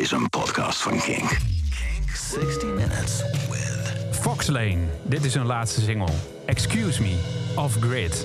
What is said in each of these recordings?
is een podcast van Kink. 60 Minutes with Fox Lane. Dit is hun laatste single. Excuse Me, Off Grid.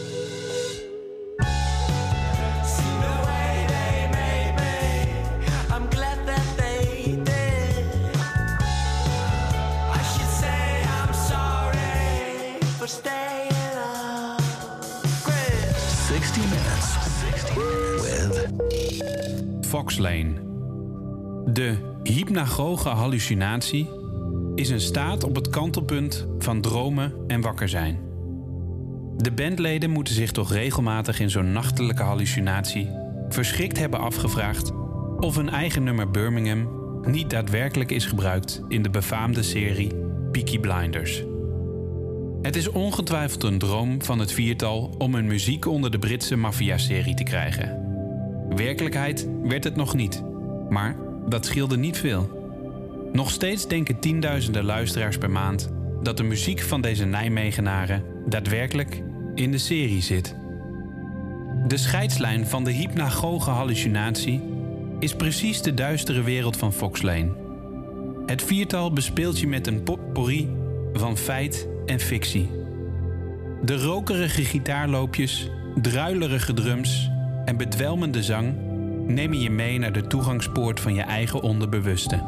Fox Lane. De hypnagoge hallucinatie is een staat op het kantelpunt van dromen en wakker zijn. De bandleden moeten zich toch regelmatig in zo'n nachtelijke hallucinatie verschrikt hebben afgevraagd of hun eigen nummer Birmingham niet daadwerkelijk is gebruikt in de befaamde serie Peaky Blinders. Het is ongetwijfeld een droom van het viertal om hun muziek onder de Britse maffia-serie te krijgen. Werkelijkheid werd het nog niet, maar dat scheelde niet veel. Nog steeds denken tienduizenden luisteraars per maand dat de muziek van deze Nijmegenaren daadwerkelijk in de serie zit. De scheidslijn van de hypnagoge hallucinatie is precies de duistere wereld van Fox Lane. Het viertal bespeelt je met een potpourri van feit en fictie. De rokerige gitaarloopjes, druilerige drums en bedwelmende zang nemen je mee naar de toegangspoort van je eigen onderbewuste.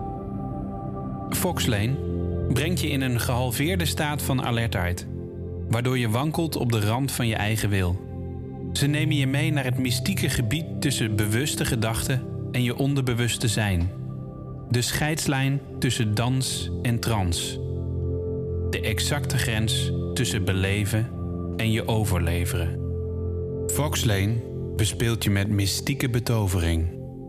Fox Lane brengt je in een gehalveerde staat van alertheid, waardoor je wankelt op de rand van je eigen wil. Ze nemen je mee naar het mystieke gebied tussen bewuste gedachten en je onderbewuste zijn. De scheidslijn tussen dans en trance. De exacte grens tussen beleven en je overleveren. Fox Lane bespeelt je met mystieke betovering.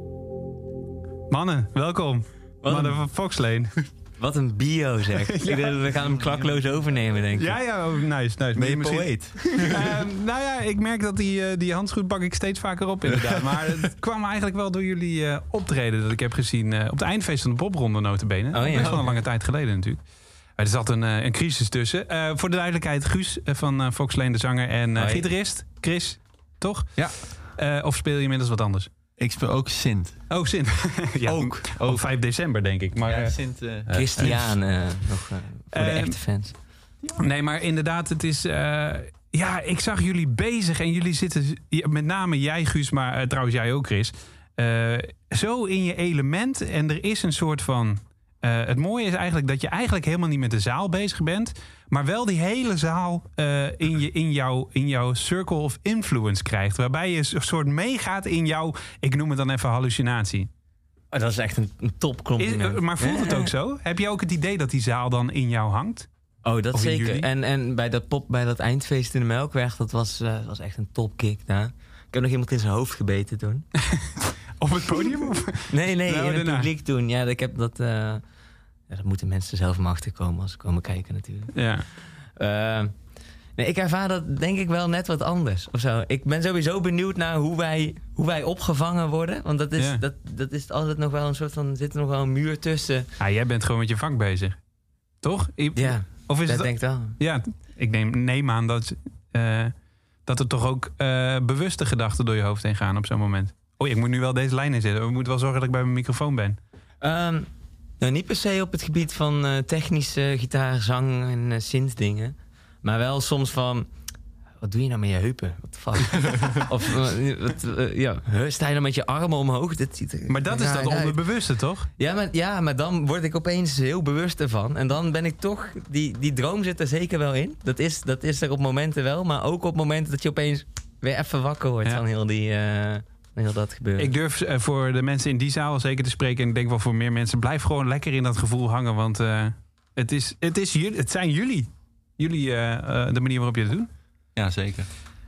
Mannen, welkom. Mannen van Fox Lane. Wat een bio, zeg. We gaan hem klakloos overnemen, denk ik. Ja, nice. Ben je poëet? Nou ja, ik merk dat die handschoen pak ik steeds vaker op, inderdaad. Maar het kwam eigenlijk wel door jullie optreden dat ik heb gezien op het eindfeest van de popronde, nota bene. Oh, ja. Best wel een lange tijd geleden natuurlijk. Er zat een crisis tussen. Voor de duidelijkheid, Guus van Fox Lane, de zanger en gitarist. Chris, toch? Ja. Of speel je inmiddels wat anders? Ik speel ook Sint. Oh, Sint. Ja, ook. Op 5 december, denk ik. Maar, Sint. Christian, nog voor de echte fans. Nee, maar inderdaad, het is... ik zag jullie bezig en jullie zitten... Met name jij, Guus, maar trouwens jij ook, Chris. Zo in je element. En er is een soort van... het mooie is eigenlijk dat je eigenlijk helemaal niet met de zaal bezig bent. Maar wel die hele zaal in jouw circle of influence krijgt. Waarbij je een soort meegaat in jouw, ik noem het dan even hallucinatie. Oh, dat is echt een topcompliment. Maar voelt het ook zo? Heb je ook het idee dat die zaal dan in jou hangt? Oh, dat of zeker. En bij dat eindfeest in de Melkweg, dat was echt een topkick daar. Ik heb nog iemand in zijn hoofd gebeten toen. Op het podium? Of? Nee, Nou, in het publiek toen. Ja, ik heb dat... dat moeten mensen zelf maar achterkomen als ze komen kijken natuurlijk. Ja. Nee, ik ervaar dat denk ik wel net wat anders. Of zo. Ik ben sowieso benieuwd naar hoe wij opgevangen worden. Want dat is altijd nog wel een soort van... zit er nog wel een muur tussen. Jij bent gewoon met je vak bezig. Toch? Ja, of is dat het denk ik wel. Ja, ik neem aan dat er toch ook bewuste gedachten door je hoofd heen gaan op zo'n moment. Oh, ik moet nu wel deze lijn inzetten. We moeten wel zorgen dat ik bij mijn microfoon ben. Nou, niet per se op het gebied van technische gitaar, zang en synth-dingen. Maar wel soms van... Wat doe je nou met je heupen? What the fuck? Of sta je dan met je armen omhoog? Maar dat is dat onderbewuste, toch? Ja, maar dan word ik opeens heel bewust ervan. En dan ben ik toch... Die droom zit er zeker wel in. Dat is er op momenten wel. Maar ook op momenten dat je opeens weer even wakker wordt van heel dat gebeuren. Ik durf voor de mensen in die zaal zeker te spreken. En ik denk wel voor meer mensen. Blijf gewoon lekker in dat gevoel hangen. Want het zijn jullie. Jullie, de manier waarop je het doet. Ja, zeker.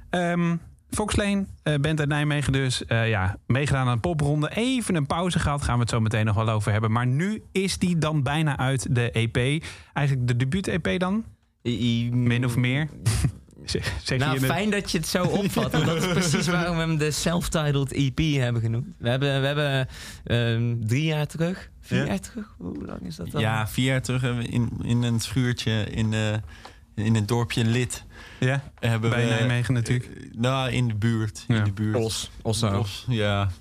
Fox Lane, band uit Nijmegen dus. Meegedaan aan de popronde. Even een pauze gehad. Gaan we het zo meteen nog wel over hebben. Maar nu is die dan bijna uit de EP. Eigenlijk de debuut-EP dan? Min of meer? Fijn dat je het zo opvat. Want dat is precies waarom we hem de self-titled EP hebben genoemd. We hebben 3 jaar terug, 4 jaar terug. Hoe lang is dat dan? Ja, 4 jaar terug hebben we in een schuurtje in het dorpje Lid. Ja, bij Nijmegen natuurlijk. In de buurt. Ja. In de buurt. Os, ja.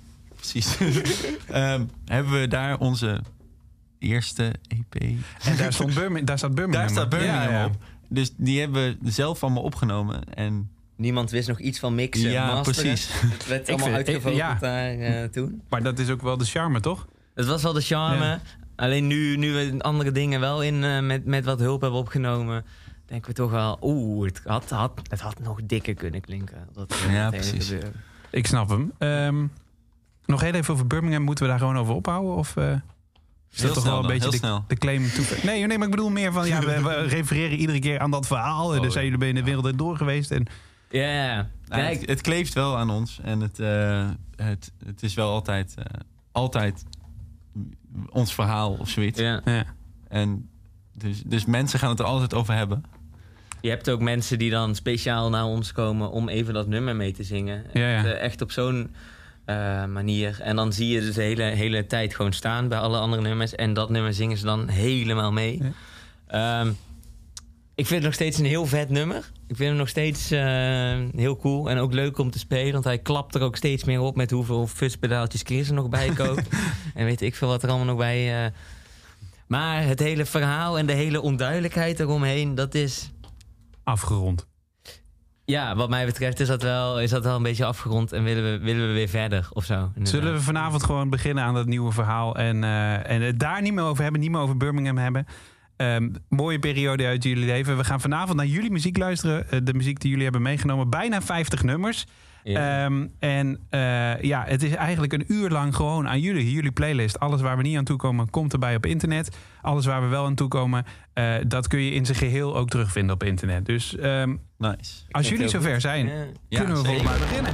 precies. Hebben we daar onze eerste EP. En daar staat Birmingham. Daar staat Birmingham Ja. op. Dus die hebben we zelf allemaal opgenomen. En Niemand wist nog iets van mixen, ja, masteren. precies. Het werd allemaal uitgevogeld ja. daar toen. Maar dat is ook wel de charme, toch? Het was wel de charme. Ja. Alleen nu we andere dingen wel in met wat hulp hebben opgenomen, denken we toch wel, het had nog dikker kunnen klinken. Dat Ja, meteen precies. gebeurde. Ik snap hem. Nog heel even over Birmingham. Moeten we daar gewoon over ophouden? Of is dat toch wel een beetje de claim to... Nee, maar ik bedoel meer van... Ja, we refereren iedere keer aan dat verhaal. Dus zijn jullie in de wereld door geweest. En... Ja. Het kleeft wel aan ons. En het is wel altijd ons verhaal of zoiets. Ja. En dus mensen gaan het er altijd over hebben. Je hebt ook mensen die dan speciaal naar ons komen om even dat nummer mee te zingen. Ja. Echt op zo'n manier. En dan zie je dus de hele tijd gewoon staan bij alle andere nummers. En dat nummer zingen ze dan helemaal mee. Ja. Ik vind het nog steeds een heel vet nummer. Ik vind hem nog steeds heel cool en ook leuk om te spelen. Want hij klapt er ook steeds meer op met hoeveel fuzzpedaaltjes Chris er nog bij koopt. En weet ik veel wat er allemaal nog bij... Maar het hele verhaal en de hele onduidelijkheid eromheen, dat is... Afgerond. Ja, wat mij betreft is dat wel een beetje afgerond en willen we weer verder of zo. Inderdaad. Zullen we vanavond gewoon beginnen aan dat nieuwe verhaal en het daar niet meer over hebben, niet meer over Birmingham hebben. Mooie periode uit jullie leven. We gaan vanavond naar jullie muziek luisteren. De muziek die jullie hebben meegenomen. Bijna 50 nummers. Ja. Het is eigenlijk een uur lang gewoon aan jullie playlist. Alles waar we niet aan toe komen, komt erbij op internet. Alles waar we wel aan toe komen, dat kun je in zijn geheel ook terugvinden op internet. Dus nice. Als jullie zover zijn, kunnen we volgens mij beginnen.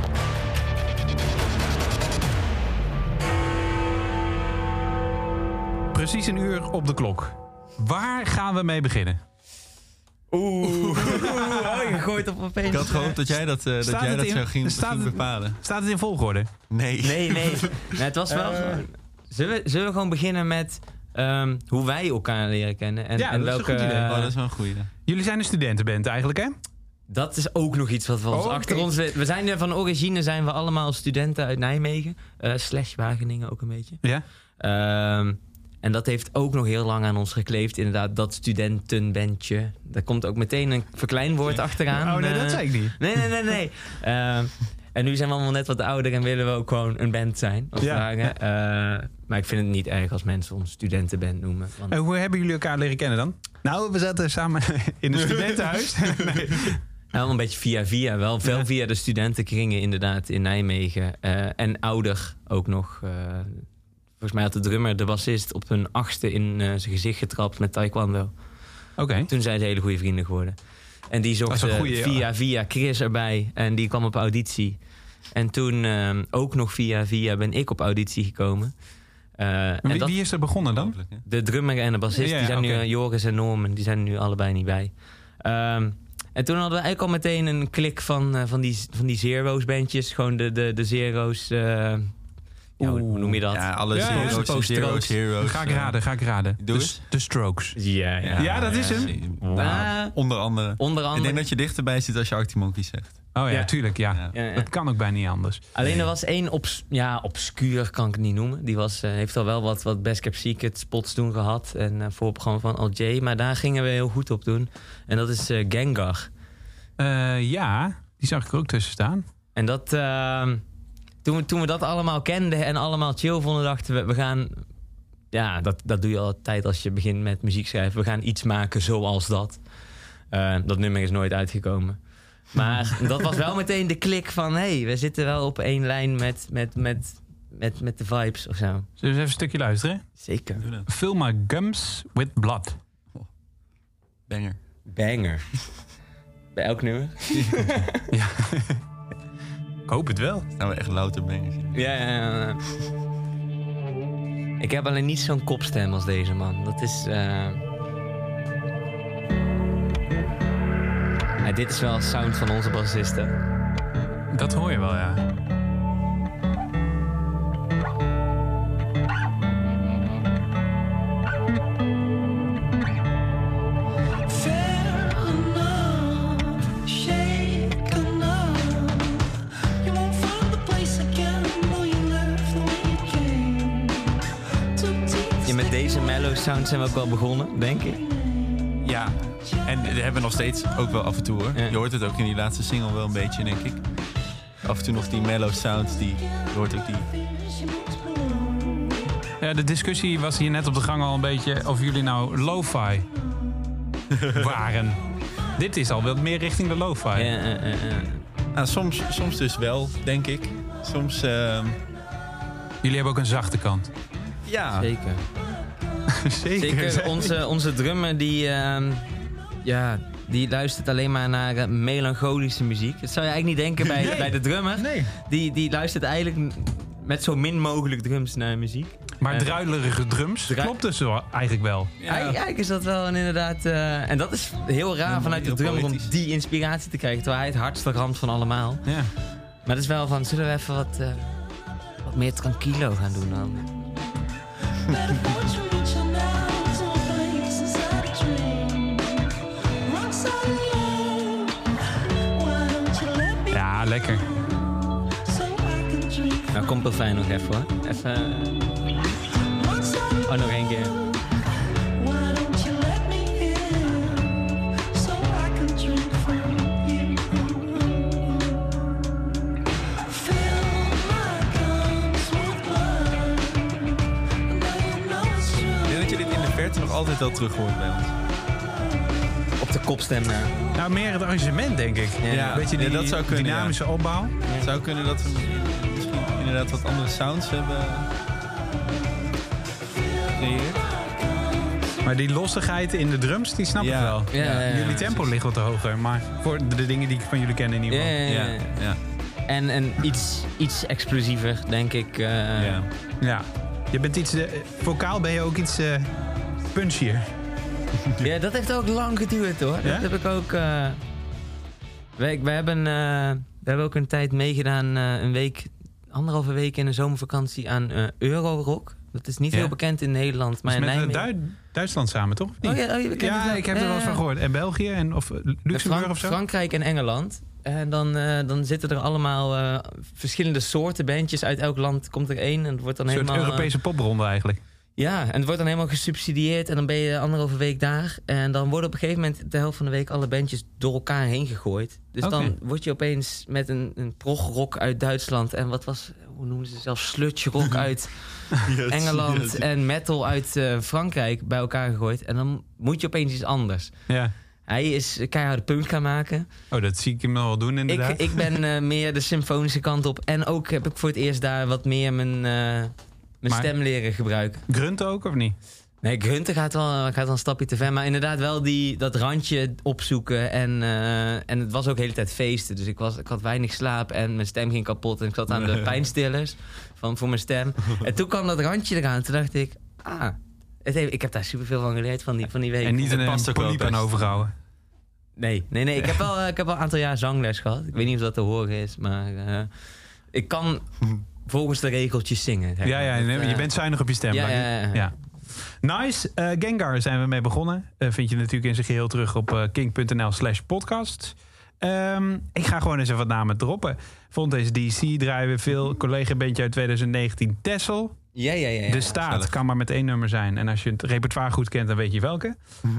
Precies een uur op de klok. Waar gaan we mee beginnen? Je gooit op opeens. Ik had gehoopt dat jij dat zou ging bepalen. Staat het in volgorde? Nee. Nee, het was wel gewoon... Zullen we gewoon beginnen met hoe wij elkaar leren kennen? En dat welke, is een goed idee. Dat is wel een goeie. Jullie zijn een studentenband eigenlijk, hè? Dat is ook nog iets wat we achter ons... We zijn van origine zijn we allemaal studenten uit Nijmegen. / Wageningen ook een beetje. Ja. En dat heeft ook nog heel lang aan ons gekleefd. Inderdaad, dat studentenbandje. Daar komt ook meteen een verkleinwoord achteraan. Oh nee, dat zei ik niet. Nee. En nu zijn we allemaal net wat ouder en willen we ook gewoon een band zijn. Maar ik vind het niet erg als mensen ons studentenband noemen. Want... Hoe hebben jullie elkaar leren kennen dan? Nou, we zaten samen in een studentenhuis. Nee. Nou, een beetje via. Wel veel via de studentenkringen inderdaad in Nijmegen. En ouder ook nog... Volgens mij had de drummer, de bassist, op hun 8e in zijn gezicht getrapt met taekwondo. Okay. Toen zijn ze hele goede vrienden geworden. En die zocht via Chris erbij. En die kwam op auditie. En toen ook nog via ben ik op auditie gekomen. Wie is er begonnen dan? De drummer en de bassist. Die zijn nu Joris en Norman. Die zijn er nu allebei niet bij. En toen hadden we eigenlijk al meteen een klik van die Zero's bandjes. Gewoon de Zero's... hoe noem je dat? Ja, alle Zero's, Heroes. Ga ik raden. De Strokes. Ja, dat is hem. Wow. Onder andere. Ik denk dat je dichterbij zit als je Arctic Monkeys zegt. Oh ja, tuurlijk, ja. Dat kan ook bijna niet anders. Alleen er was één obscuur, kan ik het niet noemen. Die heeft al wel wat Best Kept Secret spots toen gehad. En voorprogramma van Al J. Maar daar gingen we heel goed op doen. En dat is Gengar. Die zag ik er ook tussen staan. En dat... Toen we dat allemaal kenden en allemaal chill vonden, dachten we gaan... Ja, dat doe je altijd als je begint met muziek schrijven. We gaan iets maken zoals dat. Dat nummer is nooit uitgekomen. Maar dat was wel meteen de klik van... we zitten wel op één lijn met de vibes of zo. Zullen we eens even een stukje luisteren? Zeker. Fill my gums with blood. Banger. Bij elk nummer? Ja. Ik hoop het wel. Nou, echt louter bangers. Ja. Ik heb alleen niet zo'n kopstem als deze man. Dat is... dit is wel een sound van onze bassisten. Dat hoor je wel, ja. Ja, met deze mellow sound zijn we ook wel begonnen, denk ik. Ja, en we hebben nog steeds ook wel af en toe hoor. Ja. Je hoort het ook in die laatste single wel een beetje, denk ik. Af en toe nog die mellow sounds, je hoort ook die... Ja, de discussie was hier net op de gang al een beetje of jullie nou lo-fi waren. Dit is al wel meer richting de lo-fi. Nou, soms dus wel, denk ik. Soms... Jullie hebben ook een zachte kant. ja, Zeker. Zeker. Zeker. Onze drummer die luistert alleen maar naar melancholische muziek. Dat zou je eigenlijk niet denken bij de drummer. Nee. Die luistert eigenlijk met zo min mogelijk drums naar muziek. Maar druilerige drums klopt dus wel, eigenlijk wel. ja. Eigenlijk is dat wel inderdaad... en dat is heel raar vanuit de drummer om die inspiratie te krijgen. Terwijl hij het hardste ramt van allemaal. Ja. Maar het is wel van, zullen we even wat meer tranquilo gaan doen dan? Ja, lekker. Nou, komt wel fijn nog even hoor. Even... Oh, nog één keer. Ik denk dat je dit in de verte nog altijd wel terug hoort bij ons. Op de kopstem na. Nou, meer het arrangement, denk ik. Ja. Weet je, die dat zou kunnen, dynamische opbouw. Het zou kunnen dat we misschien inderdaad wat andere sounds hebben gecreëerd. Maar die lossigheid in de drums, die snap ik Ja. wel. Ja. Jullie tempo ligt wat te hoger. Maar voor de dingen die ik van jullie ken in ieder geval. Ja. En iets explosiever, denk ik. Ja. Ja. Je bent iets... vocaal ben je ook iets punchier. Ja, dat heeft ook lang geduurd hoor. Ja? Dat heb ik ook... We hebben ook een tijd meegedaan, anderhalve week in een zomervakantie aan Eurorock. Dat is niet Ja. heel bekend in Nederland, maar Dus in met Nijmegen... Duitsland samen, toch? Of niet? Oh ja, je kent het wel. ik heb er wel eens van gehoord. En België en of Luxemburg of zo? Frankrijk en Engeland. En dan zitten er allemaal verschillende soorten bandjes. Uit elk land komt er één. En het wordt dan Een soort helemaal... Europese popronde eigenlijk. Ja, en het wordt dan helemaal gesubsidieerd. En dan ben je anderhalve week daar. En dan worden op een gegeven moment de helft van de week alle bandjes door elkaar heen gegooid. Dus Oké. dan word je opeens met een progrock uit Duitsland. En hoe noemen ze zelf? Sludge rock uit Engeland. En metal uit Frankrijk bij elkaar gegooid. En dan moet je opeens iets anders. Ja. Hij is keiharde punk gaan maken. Oh, dat zie ik hem nog wel doen inderdaad. Ik ben meer de symfonische kant op. En ook heb ik voor het eerst daar wat meer mijn stem leren gebruiken. Grunt ook, of niet? Nee, grunten gaat wel een stapje te ver. Maar inderdaad wel dat randje opzoeken. En het was ook de hele tijd feesten. Dus ik had weinig slaap en mijn stem ging kapot. En ik zat aan de pijnstillers voor mijn stem. En toen kwam dat randje eraan. Toen dacht ik, ik heb daar superveel van geleerd van die week. En niet Het een past ook wel poliep aan best. overgehouden. Nee. Ik heb wel een aantal jaar zangles gehad. Ik weet niet of dat te horen is. Maar ik kan volgens de regeltjes zingen. Zeg maar. Je bent zuinig op je stem. Ja. Nice. Gengar zijn we mee begonnen. Vind je natuurlijk in zijn geheel terug op kink.nl/podcast. Ik ga gewoon eens even wat namen droppen. Fontes DC draaien we veel. Collega-bandje uit 2019, Tessel. Ja. De Staat kan maar met 1 nummer zijn. En als je het repertoire goed kent, dan weet je welke.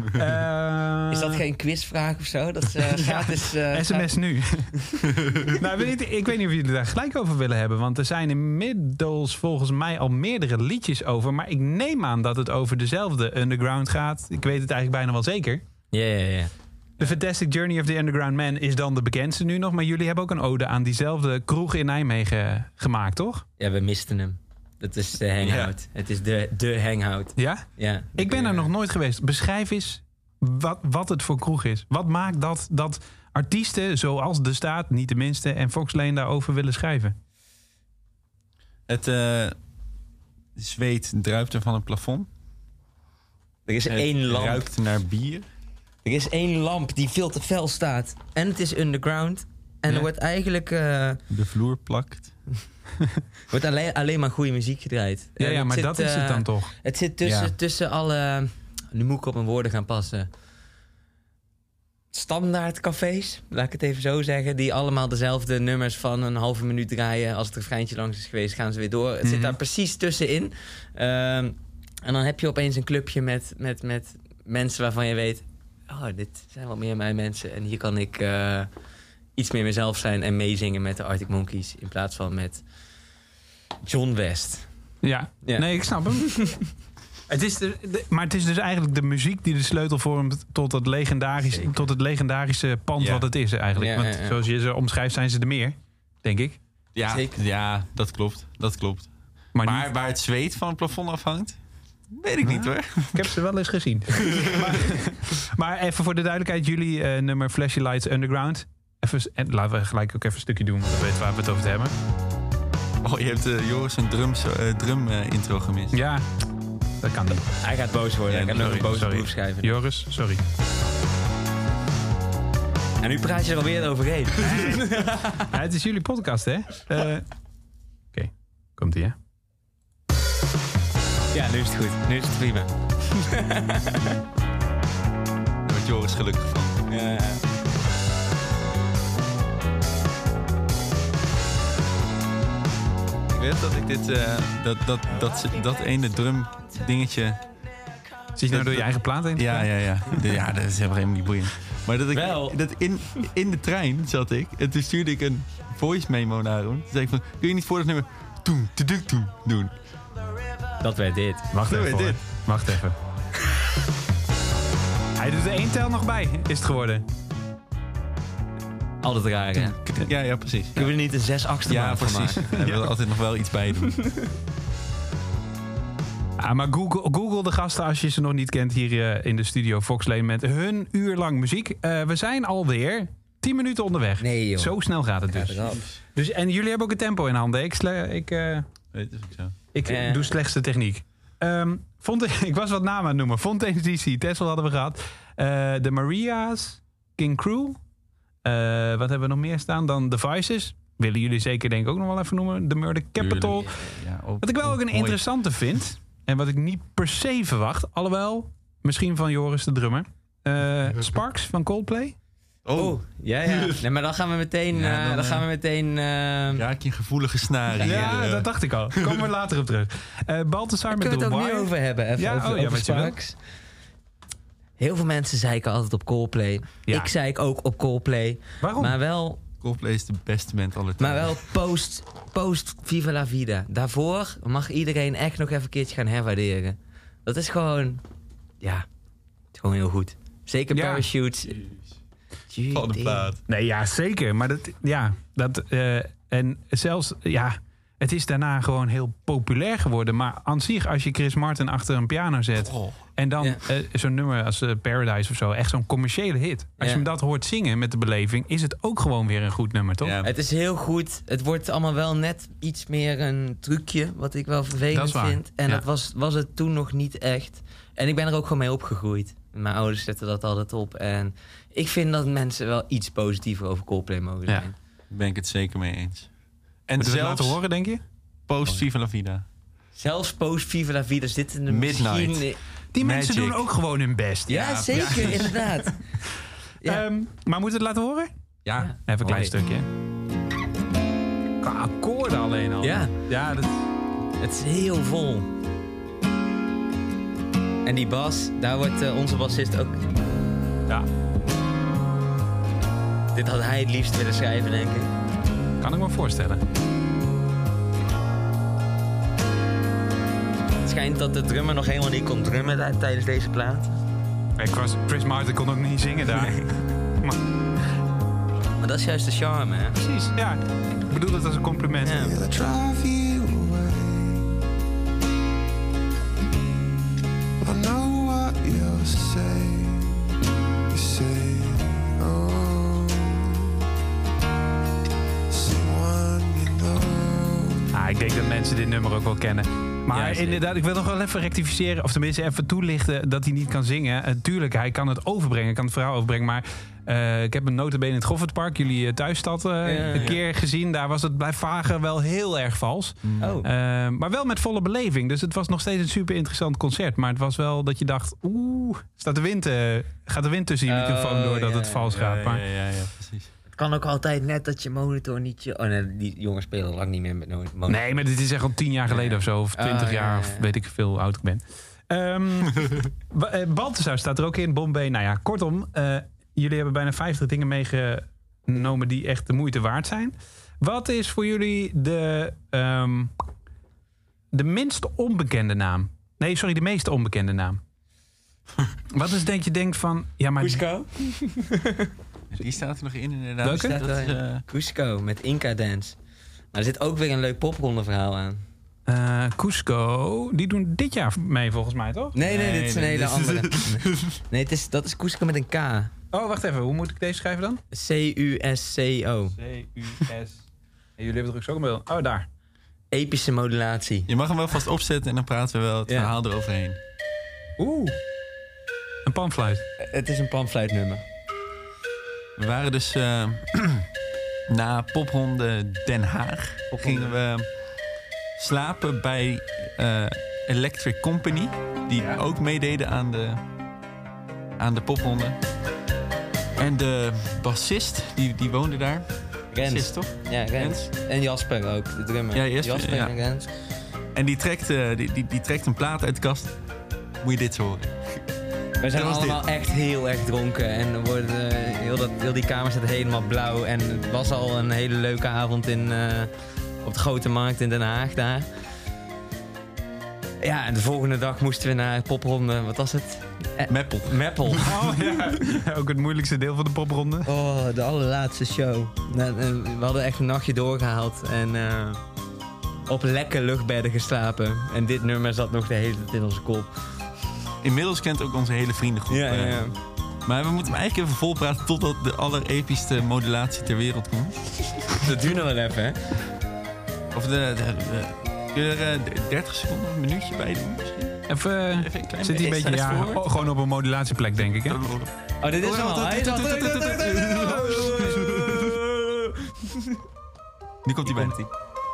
Is dat geen quizvraag of zo? Dat SMS nu. Nou, ik weet niet of jullie daar gelijk over willen hebben. Want er zijn inmiddels volgens mij al meerdere liedjes over. Maar ik neem aan dat het over dezelfde underground gaat. Ik weet het eigenlijk bijna wel zeker. Ja. The Fantastic Journey of the Underground Man is dan de bekendste nu nog. Maar jullie hebben ook een ode aan diezelfde kroeg in Nijmegen gemaakt, toch? Ja, we misten hem. Dat is de hangout. Het is de hangout. Ja? Ja. Ik ben er nog nooit geweest. Beschrijf eens wat het voor kroeg is. Wat maakt dat artiesten zoals De Staat, niet de minste, en Fox Lane daarover willen schrijven? Het zweet druipt er van het plafond. Er is Het één lamp. ruikt naar bier. Er is één lamp die veel te fel staat. En het is underground. En er wordt eigenlijk... De vloer plakt. wordt alleen maar goede muziek gedraaid. Ja, maar dat is het dan toch? Het zit tussen alle... Nu moet ik op mijn woorden gaan passen. Standaard cafés, laat ik het even zo zeggen. Die allemaal dezelfde nummers van een halve minuut draaien. Als het refreintje langs is geweest, gaan ze weer door. Het zit daar precies tussenin. En dan heb je opeens een clubje met mensen waarvan je weet... oh, dit zijn wel meer mijn mensen. En hier kan ik iets meer mezelf zijn en meezingen met de Arctic Monkeys... in plaats van met John West. Ja. Ja. Nee, ik snap hem. Maar het is dus eigenlijk de muziek die de sleutel vormt tot het legendarische pand wat het is eigenlijk. Ja, Want zoals je ze omschrijft zijn ze er meer, denk ik. Ja, Zeker. ja, dat klopt. Maar waar het zweet van het plafond afhangt, weet ik niet hoor. Ik heb ze wel eens gezien. maar even voor de duidelijkheid, jullie nummer Flashing Lights Underground. Laten we gelijk ook even een stukje doen, want dan weten we waar we het over te hebben. Oh, je hebt Joris een drum intro gemist. Ja, dat kan niet. Hij gaat boos worden. Ja, Hij gaat nog een boze brief schrijven. Joris, sorry. En nu praat je er alweer overheen. Ja, het is jullie podcast, hè? Oké, komt-ie, hè? Ja, nu is het goed. Nu is het prima. Daar wordt Joris gelukkig van. Ja. Ik weet dat ik dit... dat ene drum dingetje... Zit je nou door je eigen plaat heen? Ja. Ja, dat is helemaal niet boeiend. Maar dat in de trein zat ik. En toen stuurde ik een voice memo naar hem. Toen zei ik van, kun je niet voor dat nummer... Toen doen? Dat werd dit. Wacht even, hoor. Wacht even. Hij doet er 1 tel nog bij, is het geworden. Altijd raar, hè? Ja, precies. Kunnen we er niet een 6/8 Ja, maand van precies. maken? Daar wil altijd nog wel iets bij doen. Ja, maar Google de gasten als je ze nog niet kent hier in de studio Fox Lane met hun uurlang muziek. We zijn alweer 10 minuten onderweg. Nee, joh. Zo snel gaat het dus. En jullie hebben ook een tempo in handen. Ik Weet het ook zo. doe slechtste techniek. Ik was wat namen aan het noemen. Fontaine DC, Tesla hadden we gehad. De Maria's, King Crew. Wat hebben we nog meer staan? Dan The Vices. Willen jullie zeker denk ik ook nog wel even noemen. The Murder Capital. Wat ik wel ook een interessante vind. En wat ik niet per se verwacht. Alhoewel, misschien van Joris de drummer. Sparks van Coldplay. Oh, ja. Nee, maar dan gaan we meteen... Raak je een gevoelige snaar. Ja, dat dacht ik al. Komen we later op terug. Balthasar met The Kunnen we het ook Wire. nu over hebben? Even over Sparks. Heel veel mensen zeiken altijd op Coldplay. Ja. Ik zeik ook op Coldplay. Waarom? Maar wel... Coldplay is de beste band aller tijden. Maar wel post Viva la Vida. Daarvoor mag iedereen echt nog even een keertje gaan herwaarderen. Dat is gewoon... Ja, het is gewoon heel goed. Zeker Parachutes. Van de plaat. Nee, ja, zeker. Maar en zelfs, het is daarna gewoon heel populair geworden. Maar aan zich, als je Chris Martin achter een piano zet... en dan zo'n nummer als Paradise of zo, echt zo'n commerciële hit. Als je hem dat hoort zingen met de beleving... is het ook gewoon weer een goed nummer, toch? Ja. Het is heel goed. Het wordt allemaal wel net iets meer een trucje... wat ik wel vervelend vind. En dat was het toen nog niet echt. En ik ben er ook gewoon mee opgegroeid. Mijn ouders zetten dat altijd op. En ik vind dat mensen wel iets positiever over Coldplay mogen zijn. Daar ben ik het zeker mee eens. En Moeten we het zelfs laten horen, denk je? post Viva la Vida. Zelfs post Viva la Vida zitten er Midnight. misschien... Die mensen Magic. doen ook gewoon hun best. Ja, zeker, inderdaad. Ja. Maar moeten we het laten horen? Ja. Even een klein stukje. Qua akkoorden alleen al. Ja. Ja, dat... Het is heel vol. En die bas, daar wordt onze bassist ook... Ja, Dit had hij het liefst willen schrijven, denk ik. kan ik me voorstellen. Het schijnt dat de drummer nog helemaal niet kon drummen tijdens deze plaat. Chris Martin kon ook niet zingen daar. Nee. Maar, Maar dat is juist de charme, hè? precies, ja. Ik bedoel het als een compliment. Ja. Will I drive you away? I know what you'll say. You say, oh, someone you know. Ik denk dat mensen dit nummer ook wel kennen. Maar Ja, inderdaad, ik wil nog wel even rectificeren... of tenminste even toelichten dat hij niet kan zingen. Tuurlijk, hij kan het overbrengen, kan het verhaal overbrengen... maar ik heb een nota bene in het Goffertpark... jullie thuisstad een keer gezien. Daar was het bij Vagen wel heel erg vals. Oh. Maar wel met volle beleving. Dus het was nog steeds een super interessant concert. Maar het was wel dat je dacht... gaat de wind tussen die microfoon door dat het vals gaat. Maar, Ja, precies. Het kan ook altijd net dat je monitor niet... Oh nee, die jongens spelen lang niet meer met monitor. nee, maar dit is echt al 10 jaar geleden of zo. Of 20 jaar, of weet ik veel hoe oud ik ben. Balthazar staat er ook in, Bombay. Nou ja, kortom, jullie hebben bijna 50 dingen meegenomen die echt de moeite waard zijn. Wat is voor jullie de minst onbekende naam? Nee, sorry, de meest onbekende naam. Wat is dat je denkt van... Ja, maar Cusco? Die staat er nog in, inderdaad. Welke? Cusco met Inca Dance. Maar er zit ook weer een leuk popronde verhaal aan. Cusco, die doen dit jaar mee volgens mij, toch? Nee, dit is een hele andere. Nee, dat is Cusco met een K. Oh, wacht even. Hoe moet ik deze schrijven dan? C-U-S-C-O. C-U-S. En jullie hebben er ook zo een beeld. Oh, daar. Epische modulatie. Je mag hem wel vast opzetten en dan praten we wel het verhaal eroverheen. Een panfluit. Het is een panfluitnummer. We waren dus na popronde Den Haag. Gingen we slapen bij Electric Company. Die ook meededen aan de popronde. En de bassist, die woonde daar. Rens. Bassist, toch? Ja, Rens. En Jasper ook, de drummer. Ja, Jasper en Rens. En die trekt een plaat uit de kast. Moet je dit zo horen. We zijn allemaal echt heel erg dronken. En heel die kamer zit helemaal blauw. En het was al een hele leuke avond op de Grote Markt in Den Haag daar. Ja, en de volgende dag moesten we naar popronde. Wat was het? Meppel. Oh ja, ook het moeilijkste deel van de popronde. Oh, de allerlaatste show. We hadden echt een nachtje doorgehaald. En op lekker luchtbedden geslapen. En dit nummer zat nog de hele tijd in onze kop. Inmiddels kent ook onze hele vriendengroep. Ja. Maar we moeten hem eigenlijk even volpraten totdat de allerepischste modulatie ter wereld komt. Dat duurt nog wel even, hè? Of kun je er 30 seconden, een minuutje bij doen misschien? Even een klein zit hij een beetje gewoon op een modulatieplek, denk ik, hè? Oh, dit is hem al. Nu komt hij bij.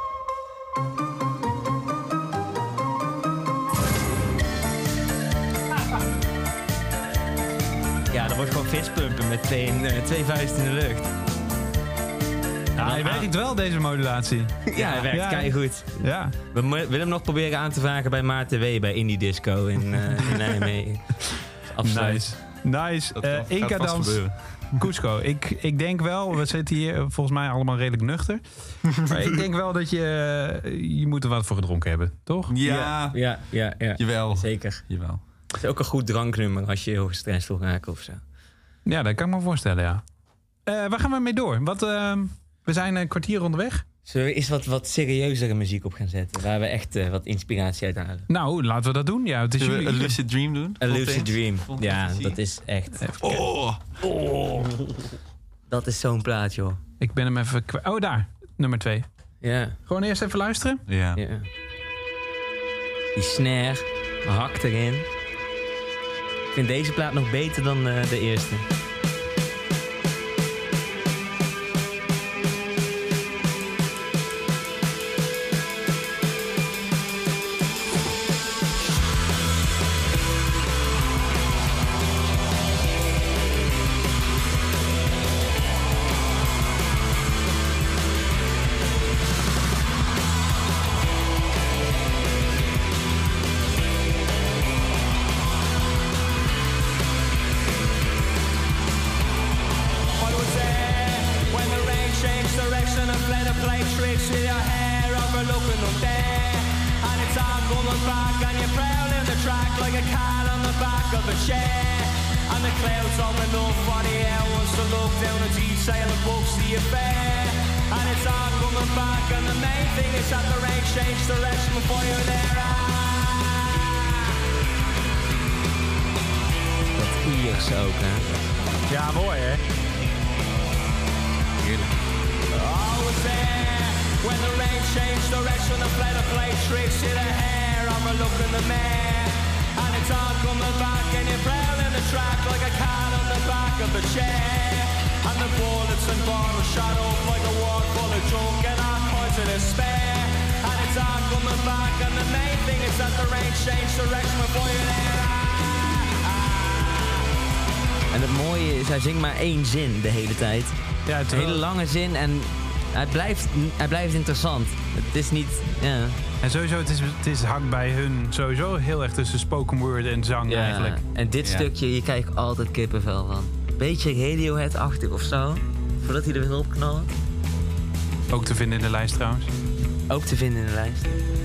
Ja, dat wordt gewoon fistpumpen met twee vuisten in de lucht. Ja, hij werkt wel, deze modulatie. Ja, hij werkt keigoed. Ja. We willen hem nog proberen aan te vragen bij Maarten W. bij Indie Disco in Nijmegen. Nice. Inca Dans, Cusco. Ik denk wel, we zitten hier volgens mij allemaal redelijk nuchter. Maar ik denk wel dat je moet er wat voor gedronken hebben, toch? Ja. Jawel. Zeker. Jawel. Het is ook een goed dranknummer als je heel gestrest wil raken of zo. Ja, dat kan ik me voorstellen, ja. Waar gaan we mee door? We zijn een kwartier onderweg. Zullen we eens wat serieuzere muziek op gaan zetten? Waar we echt wat inspiratie uit halen. Nou, laten we dat doen. Ja, het is Zullen we een Lucid Dream doen? Een Lucid Dream. Ja, dat is echt... Dat is zo'n plaat, joh. Ik ben hem even kwijt. Oh, daar. Nummer 2. Ja. Gewoon eerst even luisteren? Ja. Die snare, hakt erin. Ik vind deze plaat nog beter dan de eerste. En het mooie is, hij zingt maar één zin de hele tijd. Ja, het een hele lange zin en hij blijft interessant. Het is niet... Ja. En sowieso, het is hakt bij hun sowieso heel erg tussen spoken word en zang eigenlijk. En dit stukje, hier krijg ik altijd kippenvel van. Beetje Radiohead-achtig of zo. Voordat hij er weer op knallen. Ook te vinden in de lijst trouwens. Ook te vinden in de lijst.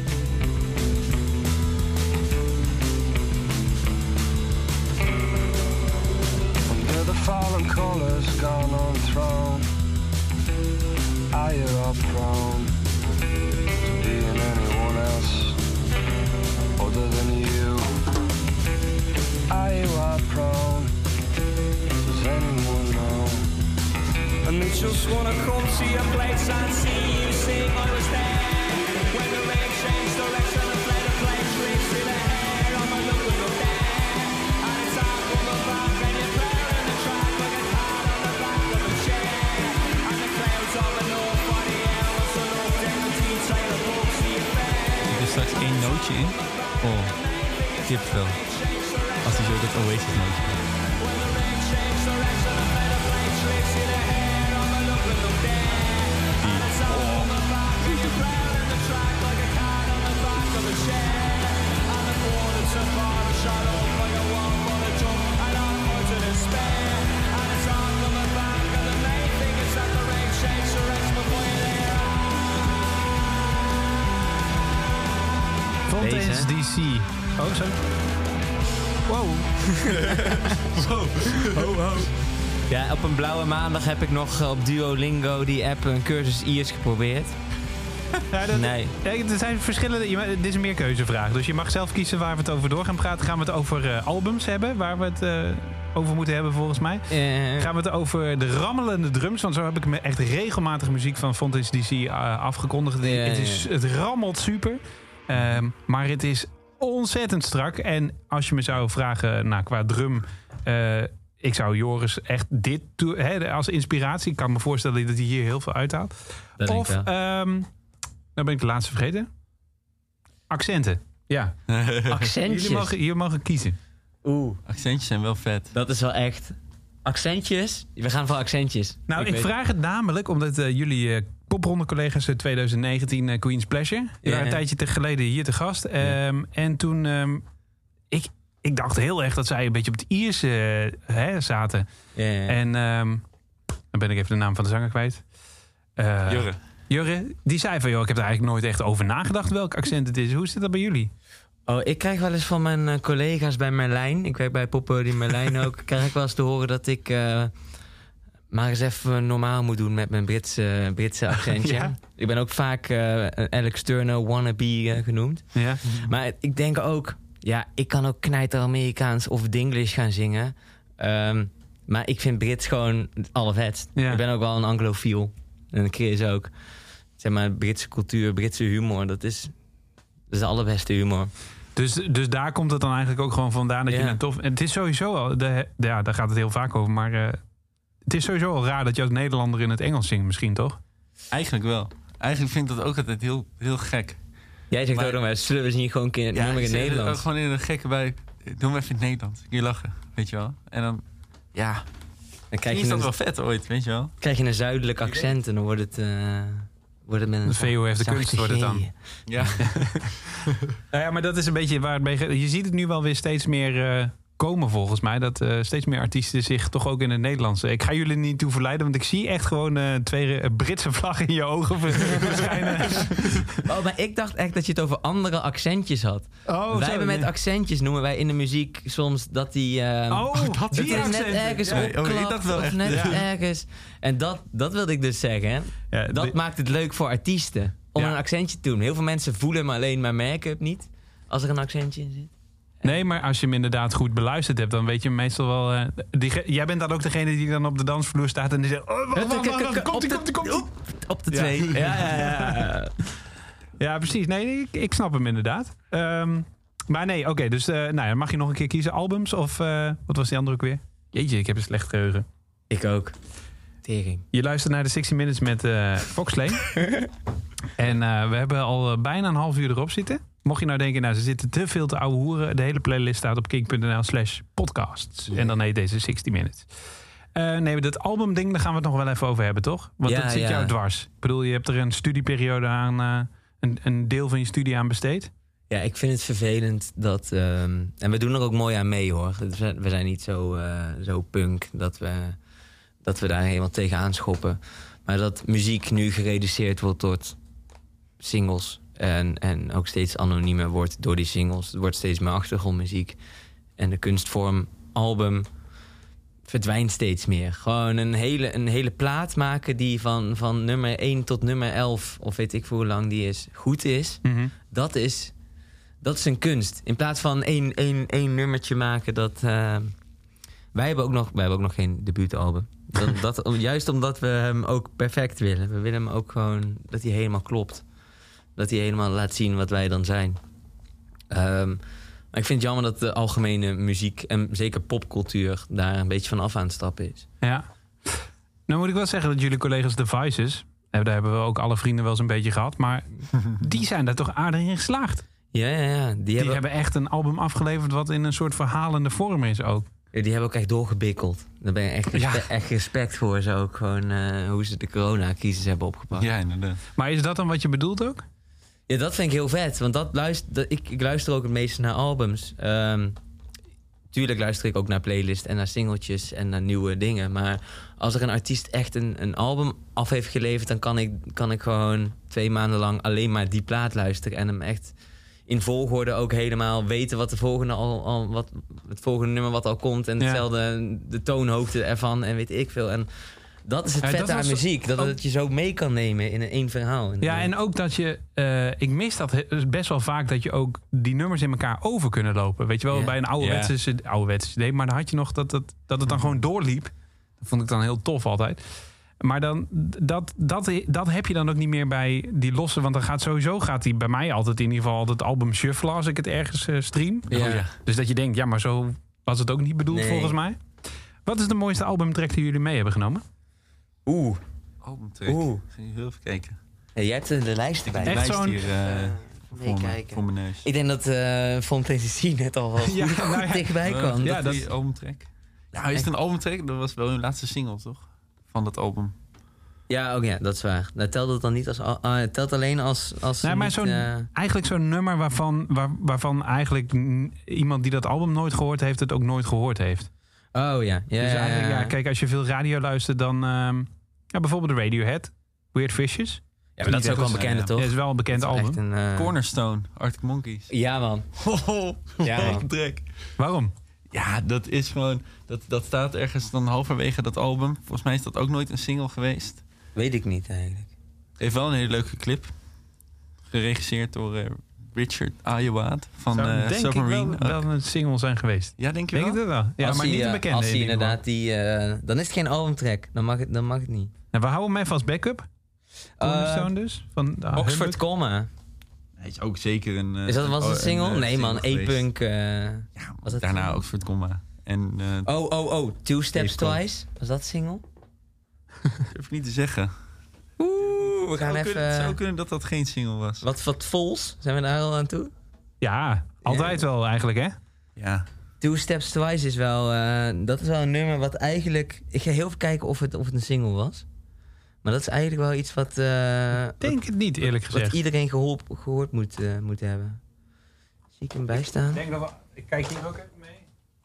Under the fallen colors gone on throne, I are prone to being anyone else other than you. I are prone. Does anyone know? And they just wanna come see a place and see you sing. I was there when the rain changed direction and played a plane tricks in the hair. I'm a look there, and it's all coming back, and you're bearing the track like a card on the back of a chair. And the clouds of the north by the air, so look down the detail of books see you there. Er is straks 1 nootje in. Oh, kipvel. Als hij zo dat Oasis nootje heeft. When the rain changed direction and played a plane tricks in the hair. I'm a look there, and it's all coming back, and you're bearing the track like a card on the back of a chair. And the quarters of bar are shut up like a one for the jump, and I'm out to despair. And it's all coming back, and the main thing is that the rain changed direction before you're there. Fontaines DC. Oh, zo. Wow. Ja, op een blauwe maandag heb ik nog op Duolingo, die app, een cursus Iers geprobeerd. Ja, Nee. Er zijn verschillende... Dit is een meerkeuzevraag. Dus je mag zelf kiezen waar we het over door gaan praten. Gaan we het over albums hebben, waar we het over moeten hebben volgens mij. Gaan we het over de rammelende drums. Want zo heb ik me echt regelmatig muziek van Fontaines DC afgekondigd. Het rammelt super. Maar het is ontzettend strak. En als je me zou vragen qua drum... ik zou Joris echt dit als inspiratie... Ik kan me voorstellen dat hij hier heel veel uithaalt. Of, nou ben ik de laatste vergeten. Accenten. Ja. Accentjes? Jullie mogen kiezen. Oeh. Accentjes zijn wel vet. Dat is wel echt... Accentjes? We gaan voor accentjes. Nou, ik vraag het namelijk omdat jullie popronde-collega's uit 2019 Queen's Pleasure... Die waren een tijdje geleden hier te gast. En toen... Ik dacht heel erg dat zij een beetje op het Ierse zaten. En dan ben ik even de naam van de zanger kwijt. Jurre, die zei van... joh, ik heb er eigenlijk nooit echt over nagedacht welk accent het is. Hoe is dat bij jullie? Oh, ik krijg wel eens van mijn collega's bij Merlijn... ik werk bij Poppodium Merlijn ook... krijg ik wel eens te horen dat ik... maar eens even normaal moet doen met mijn Britse accentje. Ja? Ik ben ook vaak Alex Turner wannabe genoemd. Ja. Maar ik denk ook... Ja, ik kan ook knijter Amerikaans of Dinglish gaan zingen. Maar ik vind Brits gewoon het allervetst. Ja. Ik ben ook wel een anglofiel. En Chris ook. Zeg maar, Britse cultuur, Britse humor, dat is de allerbeste humor. Dus daar komt het dan eigenlijk ook gewoon vandaan dat je het tof... Het is sowieso al... daar gaat het heel vaak over, maar... het is sowieso al raar dat je als Nederlander in het Engels zingt misschien, toch? Eigenlijk wel. Eigenlijk vind ik dat ook altijd heel, heel gek. Jij zegt ook nog maar, zullen we eens niet gewoon een keer nummer in Nederland? Gewoon in een gekke bij... Doe maar even in het Nederlands. Kun je lachen, weet je wel. En dan... Ja... Dan krijg je dat wel vet ooit, weet je wel. Krijg je een zuidelijk accent en dan wordt het met een... De VO heeft de kunst, wordt het dan. Ja. Nou ja, maar dat is een beetje waar het mee... Je ziet het nu wel weer steeds meer komen volgens mij. Dat steeds meer artiesten zich toch ook in het Nederlands... Ik ga jullie niet toe verleiden, want ik zie echt gewoon 2 Britse vlaggen in je ogen verschijnen. Oh, maar ik dacht echt dat je het over andere accentjes had. Wij hebben met accentjes, noemen wij in de muziek soms dat die... dat die net ergens opklapt of net ergens. En dat wilde ik dus zeggen. Ja, dat maakt het leuk voor artiesten. Om een accentje te doen. Heel veel mensen voelen hem alleen, maar merken het niet. Als er een accentje in zit. Nee, maar als je hem inderdaad goed beluisterd hebt... dan weet je meestal wel... jij bent dan ook degene die dan op de dansvloer staat... en die zegt... komt-ie. Op de 2. Ja. Ja, precies. Nee, ik snap hem inderdaad. Maar nee, oké. Dus dan mag je nog een keer kiezen. Albums of... wat was die andere ook weer? Jeetje, ik heb een slecht geheugen. Ik ook. Tering. Je luistert naar de 60 Minutes met Foxlane. En we hebben al bijna een half uur erop zitten. Mocht je nou denken, ze zitten te veel te ouwe hoeren. De hele playlist staat op kink.nl/podcasts. En dan heet deze 60 Minutes. Nee, dat albumding, daar gaan we het nog wel even over hebben, toch? Want dat zit jou dwars. Ik bedoel, je hebt er een studieperiode aan een deel van je studie aan besteedt? Ja, ik vind het vervelend dat... en we doen er ook mooi aan mee, hoor. Dus we zijn niet zo punk dat we daar helemaal tegenaan schoppen. Maar dat muziek nu gereduceerd wordt tot singles... en ook steeds anoniemer wordt door die singles. Het wordt steeds meer achtergrondmuziek. En de kunstvorm album verdwijnt steeds meer. Gewoon een hele plaat maken die van nummer 1 tot nummer 11... of weet ik voor hoe lang die is, goed is. Mm-hmm. Dat is een kunst. In plaats van één nummertje maken dat... Wij hebben ook nog geen debuutalbum. Juist omdat we hem ook perfect willen. We willen hem ook gewoon dat hij helemaal klopt. Dat hij helemaal laat zien wat wij dan zijn. Maar ik vind het jammer dat de algemene muziek... en zeker popcultuur daar een beetje van af aan het stappen is. Ja. Nou moet ik wel zeggen dat jullie collega's The Vices... daar hebben we ook alle vrienden wel eens een beetje gehad... maar die zijn daar toch aardig in geslaagd. Ja. Die hebben echt een album afgeleverd... wat in een soort verhalende vorm is ook. Die hebben ook echt doorgebikkeld. Daar ben je echt respect voor ze ook. Gewoon hoe ze de coronacrisis hebben opgepakt. Ja, inderdaad. Maar is dat dan wat je bedoelt ook? Ja, dat vind ik heel vet. Want ik luister ook het meeste naar albums. Tuurlijk luister ik ook naar playlists en naar singeltjes en naar nieuwe dingen. Maar als er een artiest echt een album af heeft geleverd... dan kan ik gewoon 2 maanden lang alleen maar die plaat luisteren. En hem echt in volgorde ook helemaal weten wat de volgende het volgende nummer wat al komt. En hetzelfde, de toonhoogte ervan en weet ik veel. En dat is het vette aan muziek. Dat het je zo mee kan nemen in één verhaal. Ja, en ook dat je... ik mis dat best wel vaak dat je ook die nummers in elkaar over kunnen lopen. Weet je wel, bij een ouderwetse CD. Maar dan had je nog dat het dan gewoon doorliep. Dat vond ik dan heel tof altijd. Maar dan, dat heb je dan ook niet meer bij die losse. Want dan gaat die bij mij altijd in ieder geval het album shuffelen als ik het ergens stream. Ja. Dus dat je denkt, ja, maar zo was het ook niet bedoeld volgens mij. Wat is de mooiste albumtrack die jullie mee hebben genomen? Albumtrack. Ga je heel even kijken. Ja, jij hebt de lijst erbij. Echt zo'n... hier voor mijn neus. Ik denk dat Fontaine's net al wel dichtbij kwam. Ja, dat is albumtrack. Ja, is het een albumtrack? Dat was wel hun laatste single, toch? Van dat album. Ja, ook dat is waar. Dat telt het dan niet als... het telt alleen als nee, maar eigenlijk zo'n nummer waarvan eigenlijk iemand die dat album nooit gehoord heeft... het ook nooit gehoord heeft. Oh ja. Dus eigenlijk, kijk, als je veel radio luistert, dan... bijvoorbeeld de Radiohead, Weird Fishes. Ja, maar dat is ook wel een bekende, toch? Ja, het is wel een bekend album. Cornerstone, Arctic Monkeys. Ja, man. Track. Waarom? Ja, dat is gewoon... Dat staat ergens dan halverwege dat album. Volgens mij is dat ook nooit een single geweest. Weet ik niet, eigenlijk. Heeft wel een hele leuke clip. Geregisseerd door Richard Ayoade van Submarine. Wel een single zijn geweest. Ja, denk je wel? Denk het wel. Ja, maar niet een bekende. Als hij inderdaad dan is het geen albumtrack. Dan mag het niet. Nou, we houden hem even als backup. Cornerstone dus. Van Oxford Comma. Hij is ook zeker een... was het een single? Nee, man. E-punk. Was het daarna Oxford Comma. En, Two Steps Twice. Was dat single? Durf ik niet te zeggen. We gaan even... Het zou kunnen dat dat geen single was. Wat Vols? Zijn we daar al aan toe? Ja, altijd wel eigenlijk, hè? Ja. Two Steps Twice is wel... dat is wel een nummer wat eigenlijk... Ik ga heel even kijken of het een single was. Maar dat is eigenlijk wel iets wat... denk het niet, eerlijk gezegd. Wat iedereen gehoord moet hebben. Zie ik hem bijstaan? Ik kijk hier ook even mee.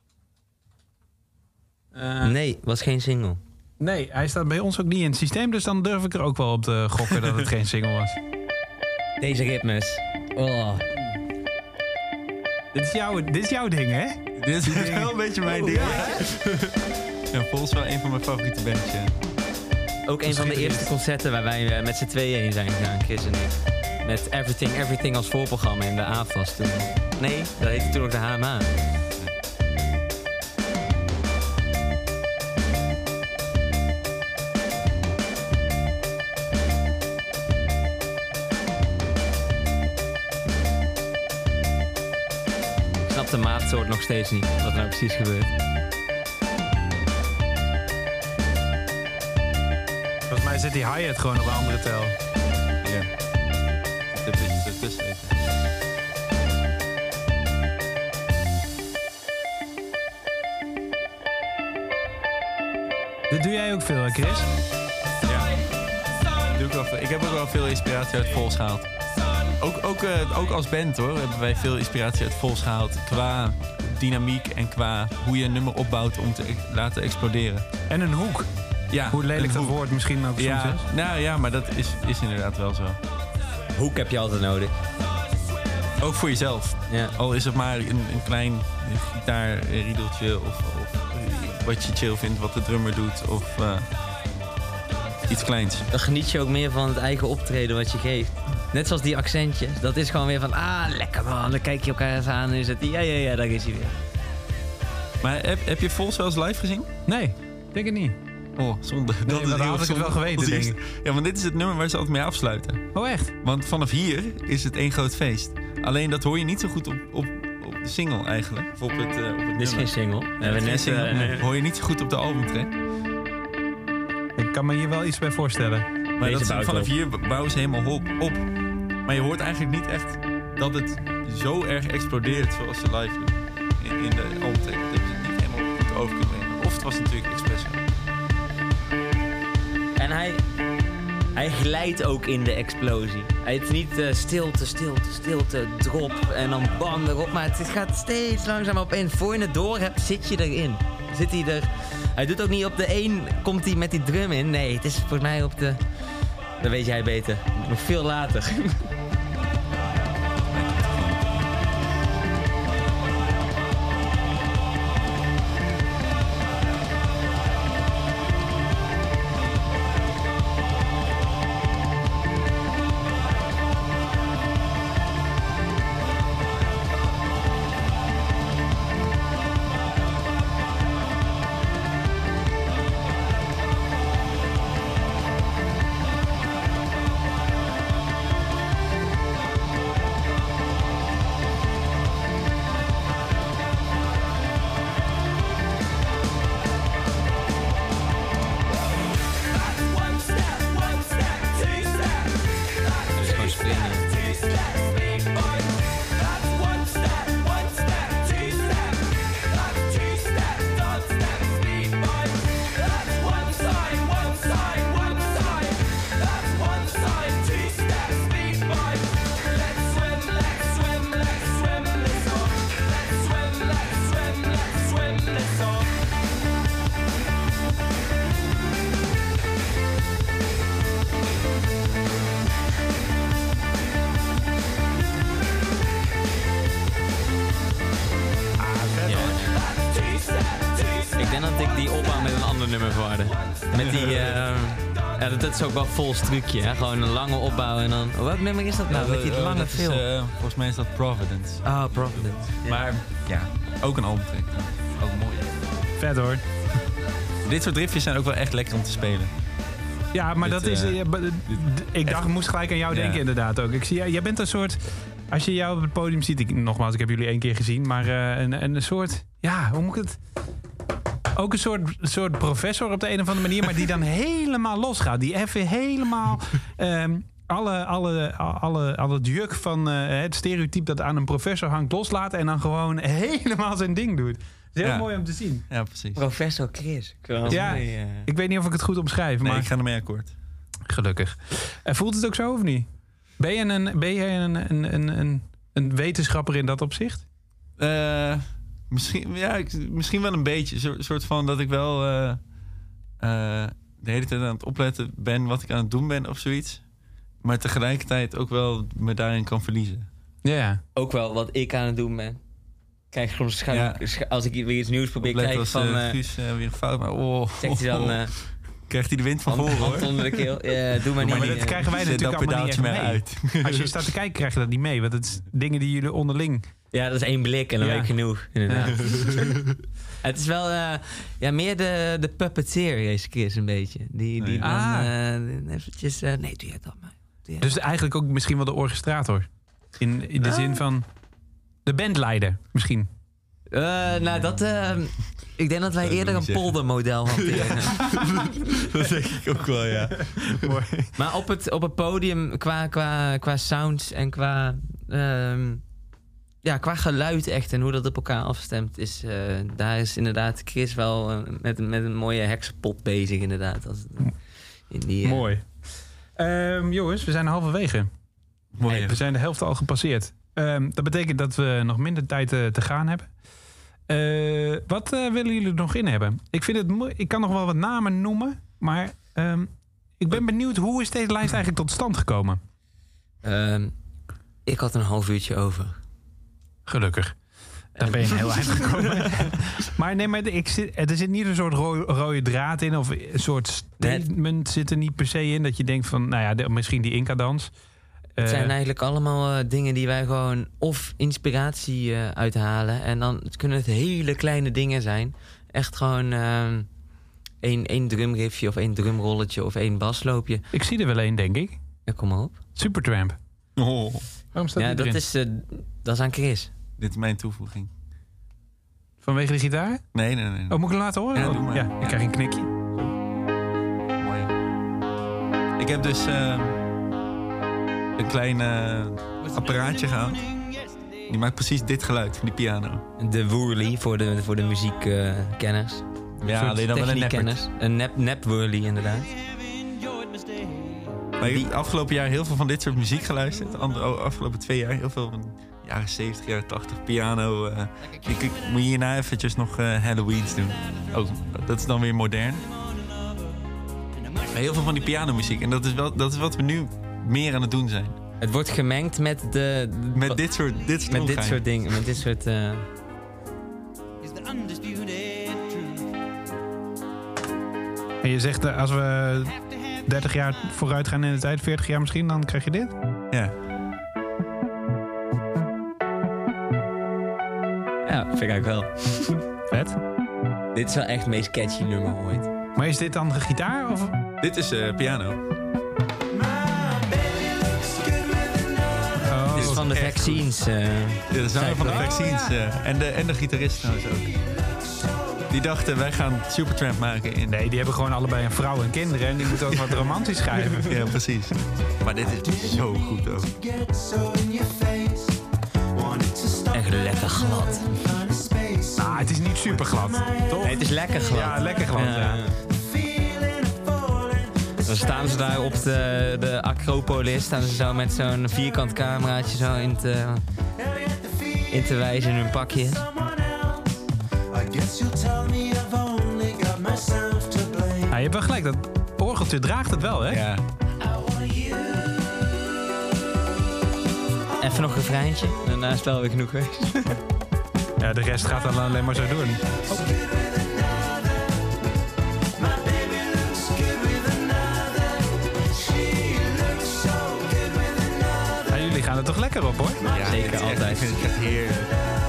Nee, was geen single. Nee, hij staat bij ons ook niet in het systeem. Dus dan durf ik er ook wel op te gokken dat het geen single was. Deze ritmes. Oh. Dit is jouw ding, hè? Dit is wel een beetje mijn ding. Ja, Vols wel een van mijn favoriete bandjes. Ook een van de eerste concerten waar wij met z'n tweeën heen zijn gegaan, Chris en ik. Met Everything als voorprogramma in de AFAS toen. Nee, dat heette toen ook de HMA. Ik snap de maatsoort nog steeds niet, wat er nou precies gebeurt. Volgens mij zit die hi-hat gewoon op een andere tel. Ja. Zit een beetje ertussen even. Dit doe jij ook veel, hè, Chris? Ja. Doe ik heb ook wel veel inspiratie uit Vols gehaald. Ook als band hoor, hebben wij veel inspiratie uit Vols gehaald. Qua dynamiek en qua hoe je een nummer opbouwt om te laten exploderen. En een hoek. Ja, Hoe lelijk een dat hoek. woord misschien ook soms is. Nou ja, maar dat is inderdaad wel zo. Hoek heb je altijd nodig. Ook voor jezelf. Ja. Al is het maar een klein gitaarriedeltje of wat je chill vindt, wat de drummer doet of iets kleins. Dan geniet je ook meer van het eigen optreden wat je geeft. Net zoals die accentjes. Dat is gewoon weer van, lekker man. Dan kijk je elkaar eens aan en is het, ja, daar is hij weer. Maar heb je Vols wel eens live gezien? Nee, denk ik niet. Oh, zonde. Nee, maar dan had ik het wel geweten, denk ik. Ja, want dit is het nummer waar ze altijd mee afsluiten. Oh, echt? Want vanaf hier is het één groot feest. Alleen dat hoor je niet zo goed op de single eigenlijk. Of op het Dit is geen single. We hebben net single. Hoor je niet zo goed op de albumtrack. Ik kan me hier wel iets bij voorstellen. Maar Deze dat bouwt vanaf op. hier bouwen ze helemaal op. Maar je hoort eigenlijk niet echt dat het zo erg explodeert zoals ze live doen. In de albumtrack. Dat hebben ze niet helemaal goed over kunnen brengen. Of het was natuurlijk expres. En hij glijdt ook in de explosie. Hij is niet stilte, drop en dan bam erop. Maar het gaat steeds langzamer op in. Voor je het door hebt, zit je erin. Zit hij er... Hij doet ook niet op de een, komt hij met die drum in. Nee, het is volgens mij op de... Dat weet jij beter. Nog veel later. Dat is ook wel vol trucje, hè? Gewoon een lange opbouw en dan... Welk nummer is dat nou? Met die lange film. Volgens mij is dat Providence. Ah, Providence. Ja. Maar ja, ook een albumtrack. Ook mooi. Vet hoor. Dit soort riffjes zijn ook wel echt lekker om te spelen. Ja, maar dat is... ik moest gelijk aan jou denken inderdaad ook. Ik zie, jij bent een soort... Als je jou op het podium ziet... Ik heb jullie 1 keer gezien, maar een soort... Ja, hoe moet ik het... Ook een soort professor op de een of andere manier... maar die dan helemaal losgaat. Die even helemaal... alle juk van het stereotype dat aan een professor hangt loslaat... en dan gewoon helemaal zijn ding doet. Dat is heel mooi om te zien. Ja, precies. Professor Chris. Ik weet niet of ik het goed omschrijf. Nee, maar ik ga ermee akkoord. Gelukkig. Voelt het ook zo of niet? Ben je een wetenschapper in dat opzicht? Misschien wel een beetje. Een soort van dat ik wel de hele tijd aan het opletten ben wat ik aan het doen ben of zoiets. Maar tegelijkertijd ook wel me daarin kan verliezen. Ja. Ook wel wat ik aan het doen ben. Kijk, soms als ik weer iets nieuws probeer te kijken van... Guus weer een fout, maar zegt hij dan... krijgt hij de wind van voren, hoor. Hand onder de keel. Doe maar niet. Maar dat krijgen wij natuurlijk allemaal niet echt mee. Uit. Als je staat te kijken, krijg je dat niet mee. Want het is dingen die jullie onderling... Ja, dat is 1 blik en dan weet ik genoeg. Inderdaad. Het is wel meer de puppeteer deze keer is een beetje. Die dan eventjes... nee, doe jij dat maar. Dus eigenlijk ook misschien wel de orchestrator. In de zin van... De bandleider, misschien. Ik denk dat wij eerder een poldermodel hanteren. Dat denk ik ook wel, ja. Mooi. Maar op het podium, qua sounds en qua geluid echt... en hoe dat op elkaar afstemt... daar is inderdaad Chris wel met een mooie heksenpot bezig, inderdaad. Mooi. Jongens, we zijn halverwege. Mooi. Hey, we zijn de helft al gepasseerd. Dat betekent dat we nog minder tijd te gaan hebben. Wat willen jullie er nog in hebben? Ik kan nog wel wat namen noemen. Maar ik ben benieuwd, hoe is deze lijst eigenlijk tot stand gekomen? Ik had een half uurtje over. Gelukkig. Daar ben je heel eind gekomen. Maar er zit niet een soort rode draad in. Of een soort statement zit er niet per se in. Dat je denkt van, misschien die Inca-dans. Het zijn eigenlijk allemaal dingen die wij gewoon of inspiratie uithalen. En dan kunnen het hele kleine dingen zijn. Echt gewoon één drumriffje of één drumrolletje of één basloopje. Ik zie er wel één, denk ik. Ja, kom maar op. Supertramp. Oh. Waarom staat die erin? Dat is aan Chris. Dit is mijn toevoeging. Vanwege de gitaar? Nee. Oh, moet ik hem laten horen? Ja, doe maar. Ja, ik krijg een knikje. Mooi. Ik heb dus een klein apparaatje gehaald. Die maakt precies dit geluid van die piano. De Woerly voor de muziekkenners. Ja, alleen dan wel een neppert. Een nep Woerly, inderdaad. Maar ik heb afgelopen jaar heel veel van dit soort muziek geluisterd. Afgelopen 2 jaar heel veel van jaren 70, jaren 80 piano. Ik moet hierna eventjes nog Halloweens doen. Oh, dat is dan weer modern. Maar heel veel van die pianomuziek. En dat is wat we nu meer aan het doen zijn. Het wordt gemengd met dit soort dingen. Met dit soort... En je zegt, als we 30 jaar vooruit gaan in de tijd, 40 jaar misschien, dan krijg je dit? Ja. Ja, vind ik eigenlijk wel. Vet. Dit is wel echt het meest catchy nummer ooit. Maar is dit dan de gitaar? Of? Dit is piano. Oh, Dit is van de Vaccines. De zanger van de Vaccines. En de gitarist trouwens ook. Die dachten, wij gaan Supertramp maken. Nee, die hebben gewoon allebei een vrouw en kinderen. En die moeten ook wat romantisch schrijven. Ja, precies. Maar dit is zo goed ook. Echt lekker glad. Het is niet super glad, toch? Nee, het is lekker glad. Ja, lekker glad, ja. Dan staan ze daar op de Acropolis. Staan ze zo met zo'n vierkant cameraatje zo in te wijzen in hun pakje. Je hebt wel gelijk, dat orgeltje draagt het wel, hè? Ja. Even nog een refreintje. Daarna is het wel weer genoeg geweest. Ja, de rest gaat dan alleen maar zo doen. Ja, jullie gaan er toch lekker op, hoor? Ja, zeker, altijd. Ik vind het echt heerlijk.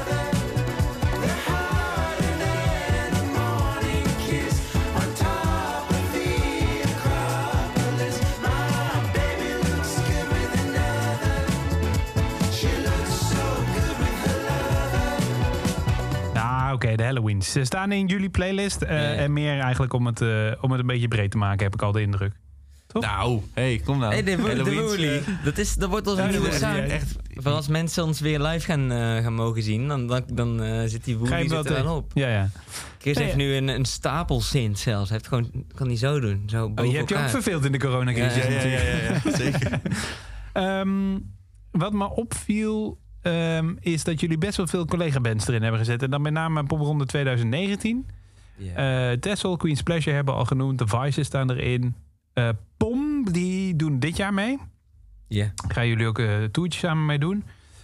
Oké, de Halloweens. Ze staan in jullie playlist. En meer eigenlijk om het een beetje breed te maken, heb ik al de indruk. Toch? Nou, kom nou. Hey, de Woerly. Dat wordt onze nieuwe sound. Echt. Voor als mensen ons weer live gaan mogen zien, dan zit die Woerly er wel op. Ja. Chris heeft nu een stapel synth zelfs. Hij heeft gewoon, kan die zo doen. Zo boven je hebt je ook verveeld in de coronacrisis. Ja, zeker. Wat me opviel... is dat jullie best wel veel collega-bands erin hebben gezet. En dan met name Popronde 2019. Yeah. Texel, Queen's Pleasure hebben we al genoemd. The Vices staan erin. POM, die doen dit jaar mee. Yeah. Gaan jullie ook een toertje samen mee doen.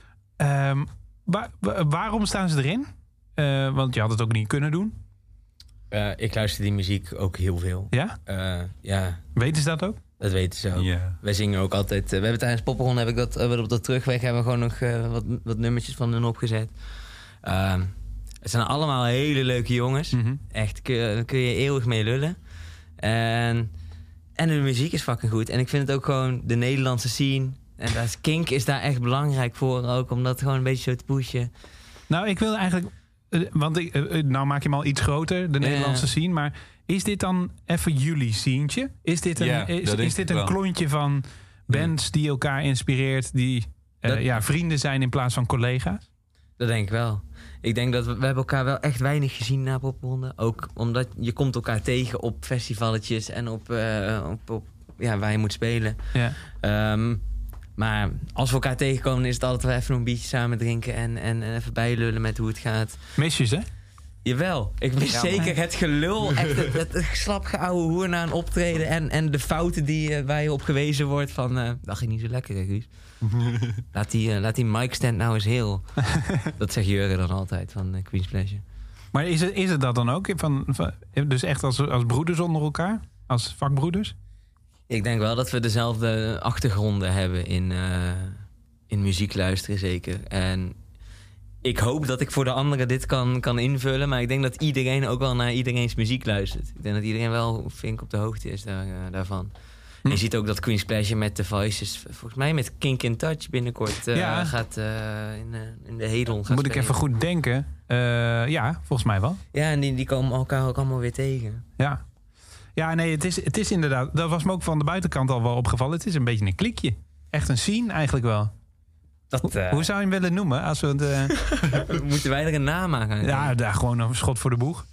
Waarom staan ze erin? Want je had het ook niet kunnen doen. Ik luister die muziek ook heel veel. Ja? Ja. Weten ze dat ook? Dat weten ze ook. Yeah. Wij zingen ook altijd... we hebben tijdens Popronde op de terugweg hebben we gewoon nog wat nummertjes van hun opgezet. Het zijn allemaal hele leuke jongens. Mm-hmm. Echt, kun je eeuwig mee lullen. En de muziek is fucking goed. En ik vind het ook gewoon de Nederlandse scene. En Kink is daar echt belangrijk voor ook. Om dat gewoon een beetje zo te pushen. Nou, ik wil eigenlijk... Want nou maak je hem al iets groter, de Nederlandse scene. Maar is dit dan even jullie sceentje? Is dit een klontje van bands die elkaar inspireert... die vrienden zijn in plaats van collega's? Dat denk ik wel. Ik denk dat we hebben elkaar wel echt weinig gezien na Popronde. Ook omdat je komt elkaar tegen op festivaletjes en op waar je moet spelen. Ja. Maar als we elkaar tegenkomen, is het altijd wel even nog een biertje samen drinken en even bijlullen met hoe het gaat. Misjes, hè? Jawel, ik mis zeker het gelul, echt het slapgeouwe hoer na een optreden en de fouten waar je op gewezen wordt van, dat ging niet zo lekker, hè, Guus. Laat die mic stand nou eens heel. Dat zegt Jurgen dan altijd van Queen's Pleasure. Maar is het dat dan ook? Dus echt als broeders onder elkaar? Als vakbroeders? Ik denk wel dat we dezelfde achtergronden hebben in muziek luisteren, zeker. En ik hoop dat ik voor de anderen dit kan invullen. Maar ik denk dat iedereen ook wel naar iedereen's muziek luistert. Ik denk dat iedereen wel flink op de hoogte is daarvan. En je ziet ook dat Queen's Pleasure met The Voices, volgens mij met Kink in Touch binnenkort gaat in de Hedon. Moet ik even goed denken. Ja, volgens mij wel. Ja, en die komen elkaar ook allemaal weer tegen. Ja. Ja, nee, het is inderdaad... Dat was me ook van de buitenkant al wel opgevallen. Het is een beetje een klikje. Echt een scene eigenlijk wel. Hoe zou je hem willen noemen? Als we het, Moeten wij er een naam aan gaan? Ja, daar gewoon een schot voor de boeg.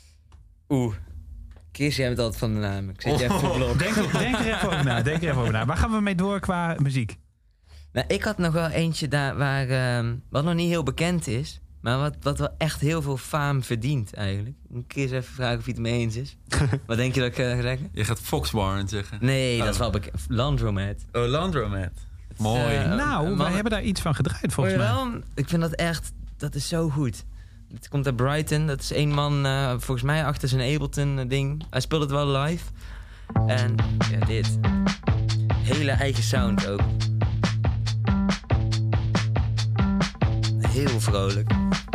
Chris, jij bent altijd van de naam. Ik zet je even op blok. Denk er even over na. Waar gaan we mee door qua muziek? Nou, ik had nog wel eentje daar wat nog niet heel bekend is. Maar wat wel echt heel veel faam verdient eigenlijk. Ik moet Chris even vragen of hij het mee eens is. Wat denk je dat ik ga zeggen? Je gaat Foxbarn zeggen. Nee, dat is wel bekend. Landromat. Oh, Landromat. Mooi. Wij hebben daar iets van gedraaid volgens mij. Wel, ik vind dat echt, dat is zo goed. Het komt uit Brighton. Dat is één man, volgens mij, achter zijn Ableton-ding. Hij speelt het wel live. En ja, dit. Hele eigen sound ook. Heel vrolijk.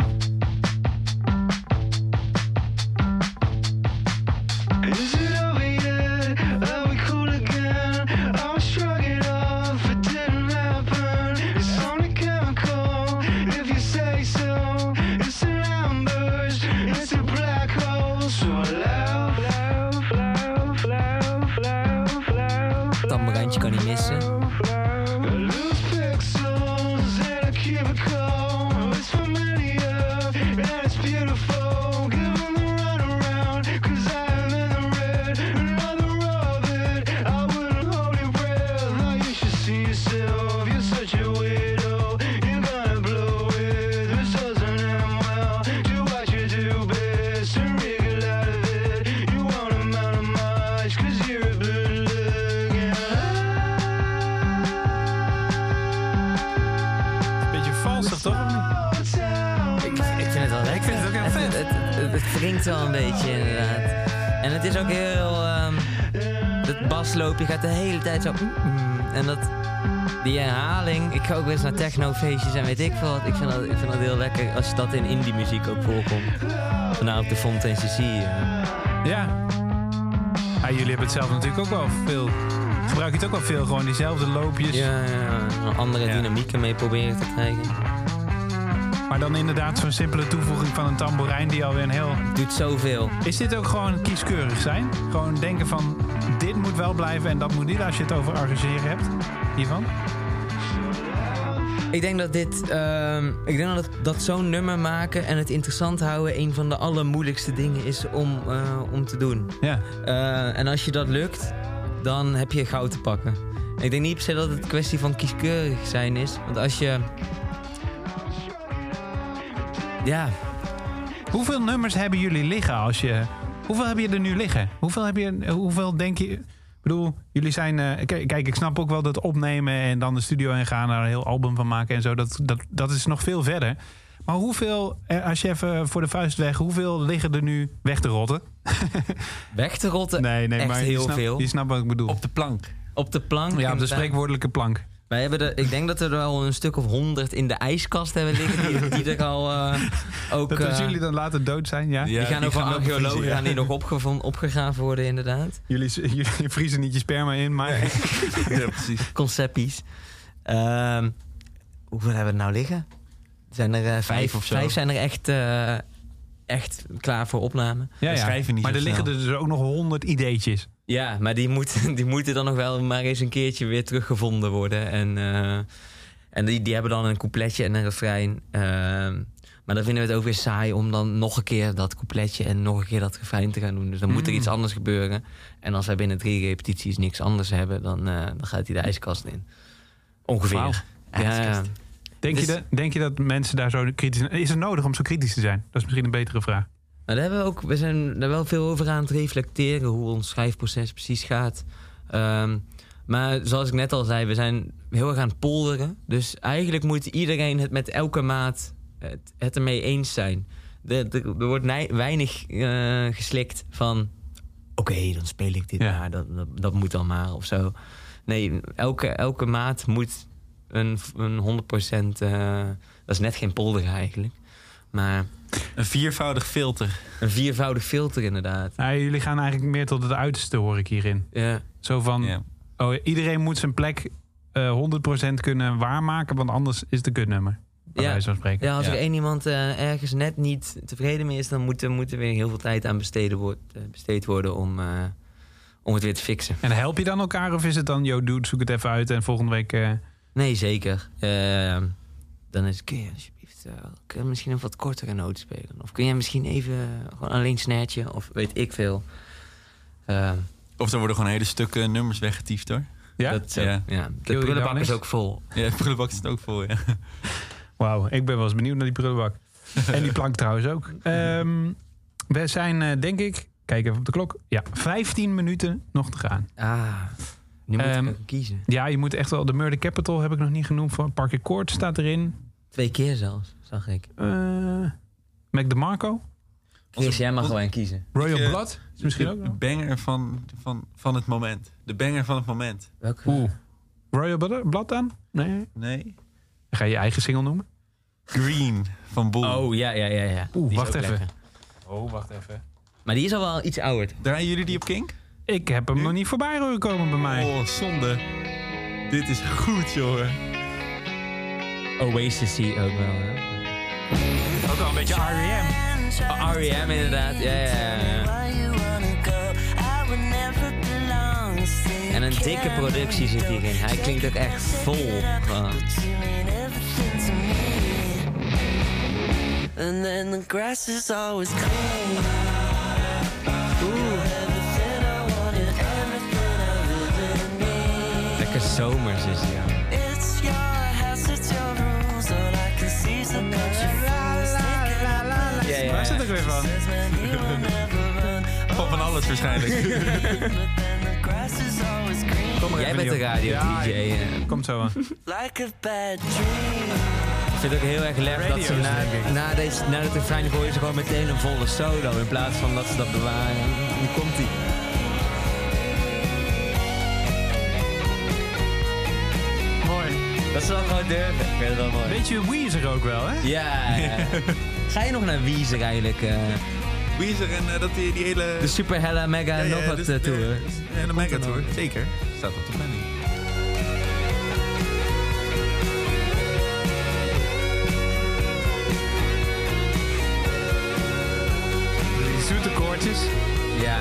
Is it over yet? Are we cool again? I was shrugging off, it didn't happen. It's only chemical, if you say so. It's an ambush, it's a black hole. So loud, loud, loud, loud, loud, loud. Tamboerijntje kan niet missen. Loose pixels in a cubicle. It's familiar and it's beautiful. Give them the runaround, 'cause I'm in the red. Another of it, I wouldn't hold your breath. Oh, you should see yourself, you're such a weirdo. You're gonna blow it, this doesn't end well. Do what you do best and wriggle out of it. You won't amount to much, 'cause you're a bootleg. Beetje valsig, toch? Ik vind het wel lekker. Ik vind het ook heel vet. Het wringt wel een beetje, inderdaad. En het is ook heel... dat basloopje gaat de hele tijd zo... En die herhaling... Ik ga ook wel eens naar technofeestjes en weet ik veel wat. Ik vind dat heel lekker als dat in indie muziek ook voorkomt. Vandaar op de Fontaine CC. Ja. Jullie hebben het zelf natuurlijk ook wel veel... Gebruik je het ook wel veel? Gewoon diezelfde loopjes? Ja. Andere dynamieken mee proberen te krijgen. Maar dan inderdaad zo'n simpele toevoeging van een tamboerijn die alweer een heel... Doet zoveel. Is dit ook gewoon kieskeurig zijn? Gewoon denken van, dit moet wel blijven en dat moet niet, als je het over arrangeren hebt? Hiervan? Ik denk dat dat zo'n nummer maken en het interessant houden een van de allermoeilijkste dingen is om te doen. Ja. En als je dat lukt, dan heb je goud te pakken. Ik denk niet per se dat het een kwestie van kieskeurig zijn is. Want als je... Ja. Hoeveel nummers hebben jullie liggen Hoeveel heb je er nu liggen? Hoeveel denk je... Ik bedoel, jullie zijn... Kijk, ik snap ook wel dat opnemen en dan de studio in gaan, daar een heel album van maken en zo. Dat is nog veel verder. Maar hoeveel, als je even voor de vuist weg, hoeveel liggen er nu weg te rotten? Weg te rotten? Nee, echt maar heel veel. Je snapt wat ik bedoel. Op de plank. Op de plank? Ja, op de spreekwoordelijke plank. Wij hebben ik denk dat er wel een stuk of 100 in de ijskast hebben liggen. Die er al ook... Dat als jullie dan later dood zijn, ja? Die gaan ook van archeologen gaan die nog opgegraven worden, inderdaad. Jullie vriezen niet je sperma in, maar... Ja, precies. Concepties. Hoeveel hebben we er nou liggen? Zijn er 5 of zo? 5 zijn er echt klaar voor opname. Ja. Schrijven niet maar er zo liggen snel. er dus ook nog 100 ideetjes. Ja, maar die moeten dan nog wel maar eens een keertje weer teruggevonden worden. En die hebben dan een coupletje en een refrein. Maar dan vinden we het ook weer saai om dan nog een keer dat coupletje en nog een keer dat refrein te gaan doen. Dus dan moet er iets anders gebeuren. En als wij binnen 3 repetities niks anders hebben, dan gaat hij de ijskast in. Ongeveer. Wauw. Ja. Denk je dat mensen daar zo kritisch zijn? Is het nodig om zo kritisch te zijn? Dat is misschien een betere vraag. Nou, we zijn daar wel veel over aan het reflecteren hoe ons schrijfproces precies gaat. Maar zoals ik net al zei, we zijn heel erg aan het polderen. Dus eigenlijk moet iedereen het met elke maat het ermee eens zijn. Er wordt weinig geslikt van... Oké, dan speel ik dit maar, dat moet dan maar of zo. Nee, elke maat moet een 100%... dat is net geen polder eigenlijk. Maar... Een viervoudig filter. Een viervoudig filter, inderdaad. Nou, jullie gaan eigenlijk meer tot het uiterste, hoor ik hierin. Ja. Zo van, iedereen moet zijn plek 100% kunnen waarmaken, want anders is het een kutnummer. Bij wijze van spreken. Ja, als er één iemand ergens net niet tevreden mee is, dan moet er weer heel veel tijd aan besteed worden om het weer te fixen. En help je dan elkaar of is het dan, yo dude, zoek het even uit en volgende week... Nee, zeker. Dan is het, kun je alsjeblieft misschien een wat kortere noot spelen? Of kun jij misschien even gewoon alleen snaartje? Of weet ik veel. Of er worden gewoon hele stukken nummers weggetiefd, hoor. Ja? De prullenbak is ook vol. Ja, de prullenbak is ook vol, ja. Wauw, ik ben wel eens benieuwd naar die prullenbak. En die plank trouwens ook. We zijn, denk ik... Kijk even op de klok. Ja, 15 minuten nog te gaan. Nu moet ik kiezen. Ja, je moet echt wel... De Murder Capital heb ik nog niet genoemd. Voor Park Court staat erin. 2 keer zelfs, zag ik. Mac DeMarco. Chris, jij mag gewoon kiezen. Royal Blood is misschien ook de wel. banger van het moment. De banger van het moment. Welke? Royal Blood dan? Nee. Ga je je eigen single noemen? Green van Boel. Oh, ja. Wacht even. Lekker. Wacht even. Maar die is al wel iets ouder. Draaien jullie die op Kink? Ik heb hem nog niet voorbij horen komen bij mij. Oh, zonde. Dit is goed, jongen. Oasis zie ook wel, hè? Ook wel een beetje R.E.M. R.E.M. inderdaad, ja. En een dikke productie zit hierin. Hij klinkt ook echt vol. And then the grass is always green. Lekker zomers is die, ja. It's your house, it's your rules. All I can see is a bunch of fools. Ja. Waar is het ook weer van? Van alles waarschijnlijk. Kom Jij bent de radio-dj. Komt zo aan. Like a bad dream. Ik vind het ook heel erg lef dat ze na de Fine gooien ze gewoon meteen een volle solo in plaats van dat ze dat bewaren. Nu komt ie. Mooi. Dat is wel gewoon durven. Ik vind het wel mooi. Weet je Weezer ook wel, hè? Ja. Ga je nog naar Weezer eigenlijk? Weezer en dat die hele... De Super Hella Mega nog wat tour. De hele Mega Tour, zeker. Staat op de planning. Zoete koortjes. Ja.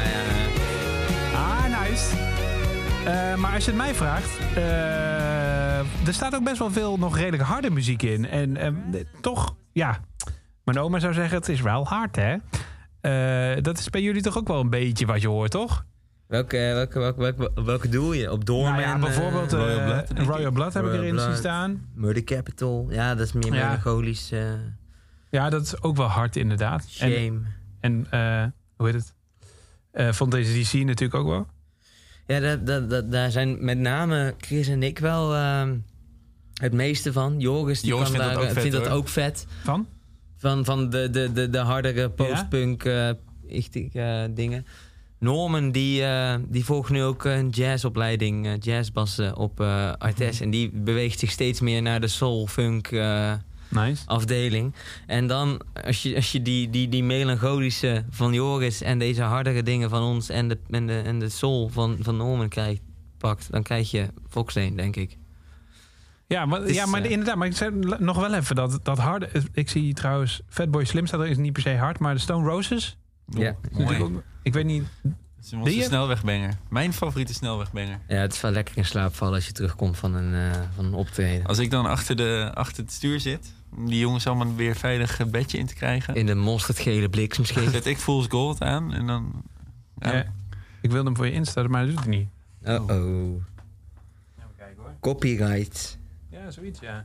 Nice. Maar als je het mij vraagt... er staat ook best wel veel nog redelijk harde muziek in. En toch, ja... Mijn oma zou zeggen, het is wel hard, hè? Dat is bij jullie toch ook wel een beetje wat je hoort, toch? Welke doel je? Op Doorman? Nou ja, bijvoorbeeld Royal Blood heb ik erin zien staan. Murder Capital. Ja, dat is meer melancholisch. Ja, dat is ook wel hard inderdaad. Shame. En hoe heet het? Vond deze DC natuurlijk ook wel. Ja, daar zijn met name Chris en ik wel het meeste van. Joris vindt dat ook vet. Van de hardere postpunk dingen. Norman die volgt nu ook een jazzopleiding, jazzbassen op Artes. En die beweegt zich steeds meer naar de soul-funk afdeling. En dan, als je die melancholische van Joris en deze hardere dingen van ons en de soul van Norman pakt, dan krijg je Foxlane, denk ik. Ja, maar inderdaad. Maar ik zei nog wel even dat harde... Ik zie trouwens... Fatboy Slim staat er, is niet per se hard. Maar de Stone Roses... Ja. Mooi. Ook, ik weet niet... Het is onze snelwegbanger. Mijn favoriete snelwegbanger. Ja, het is wel lekker in slaap vallen als je terugkomt van een optreden. Als ik dan achter het stuur zit... die jongens allemaal weer veilig een bedje in te krijgen... In de mosterdgele bliksem zet ik Fool's Gold aan en dan... Ja. Ik wilde hem voor je instellen, maar dat doet hij niet. Uh-oh. Copyright. Ja, zoiets, ja.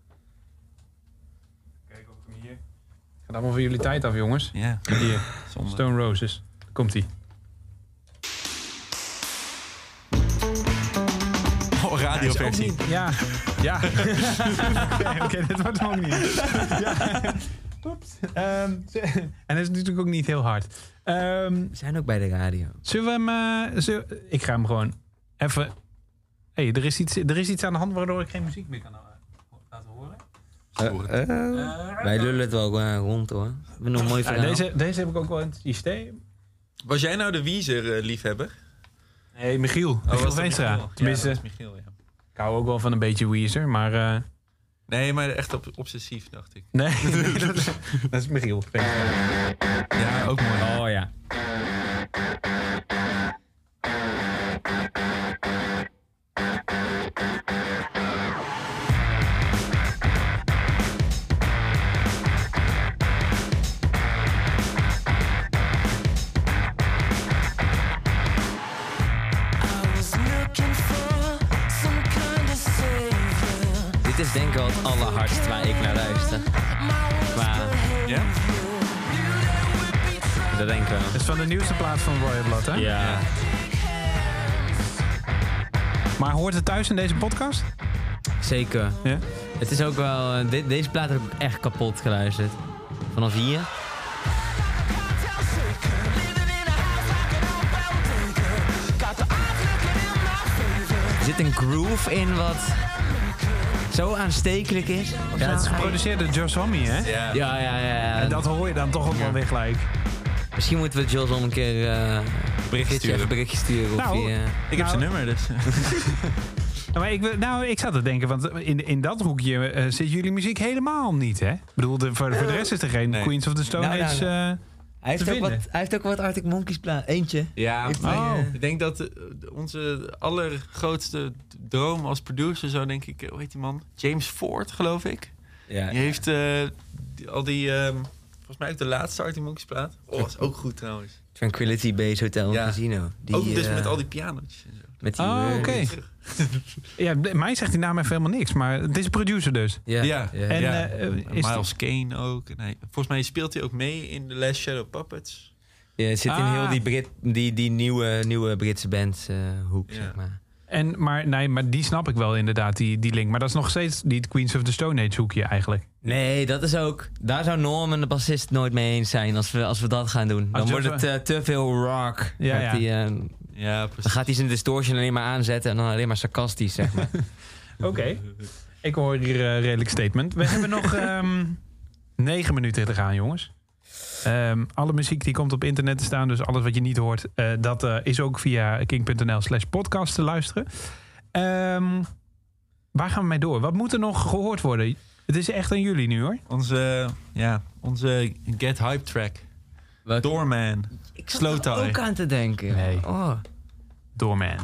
Kijk of ik hem hier... Gaat allemaal voor jullie tijd af, jongens. Ja, Hier, zonde. Stone Roses. Komt-ie. Oh, radioversie. Ja. Ja. Oké, dit wordt hem ook niet. Ja. Oeps. En dat is natuurlijk ook niet heel hard. We zijn ook bij de radio. Zullen we hem... ik ga hem gewoon even... Hey, er is iets aan de hand waardoor ik geen muziek meer kan laten horen. Wij lullen het wel rond hoor. We hebben nog een mooi verhaal. Deze heb ik ook wel in het systeem. Was jij nou de Weezer-liefhebber? Nee, Michiel. Michiel Veenstra. Tenminste, Ja, dat was Michiel, ja. ik hou ook wel van een beetje Weezer, maar... Nee, maar echt obsessief, dacht ik. Nee, dat is Michiel Veenstra. Ja, ook mooi. Oh ja. Dit is denk ik wel het allerhardst waar ik naar luister. Ja? Dat denk ik wel. Dat is van de nieuwste plaat van Royal Blood, hè? Ja. Maar hoort het thuis in deze podcast? Zeker. Ja? Het is ook wel... deze plaat heb ik echt kapot geluisterd. Vanaf hier. Er zit een groove in wat zo aanstekelijk is. Ja, het is geproduceerd door Josh Homme, hè? Ja. Ja. En dat hoor je dan toch ook wel weer gelijk. Misschien moeten we Jules om een keer Sturen. berichtje sturen. Of Nou, via... Ik heb zijn nummer, dus. Maar ik zat te denken, want in dat hoekje zit jullie muziek helemaal niet, hè? Ik bedoel, voor de rest is er geen Nee. Queens of the Stone Nou, Age... Hij heeft ook wat Arctic Monkeys plaat. Eentje. Ja, Heeft Oh. ik denk dat onze allergrootste droom als producer zou, denk ik, hoe heet die man? James Ford, geloof ik. Ja. Die heeft volgens mij ook de laatste Arctic Monkeys plaat. Oh, dat is ook goed trouwens. Tranquility Base Hotel Ja. Casino. Die, ook dus met al die pianootjes en zo. Met die Oh, oké. Ja, mij zegt die naam even helemaal niks, maar het is een producer dus. Ja. Ja. En Ja. is Miles Kane ook. Nee, volgens mij speelt hij ook mee in The Last Shadow Puppets. Ja, het zit in Ah. heel die nieuwe Britse band hoek, Ja. zeg maar. maar die snap ik wel inderdaad, die link. Maar dat is nog steeds die Queens of the Stone Age hoekje eigenlijk. Nee, dat is ook... Daar zou Norman de bassist nooit mee eens zijn als we dat gaan doen. Dan Als wordt het te veel rock. Ja, Gaat ja. hij, Ja, dan precies. gaat hij zijn distortion alleen maar aanzetten en dan alleen maar sarcastisch, zeg maar. Oké. Ik hoor hier redelijk statement. We hebben nog 9 minuten te gaan, jongens. Alle muziek die komt op internet te staan, dus alles wat je niet hoort, dat is ook via king.nl/podcast te luisteren. Waar gaan we mee door? Wat moet er nog gehoord worden? Het is echt aan jullie nu, hoor. Onze Get Hype track. Doorman. Ik Slow zat er tie. ook aan te denken. Nee. Oh. Doorman.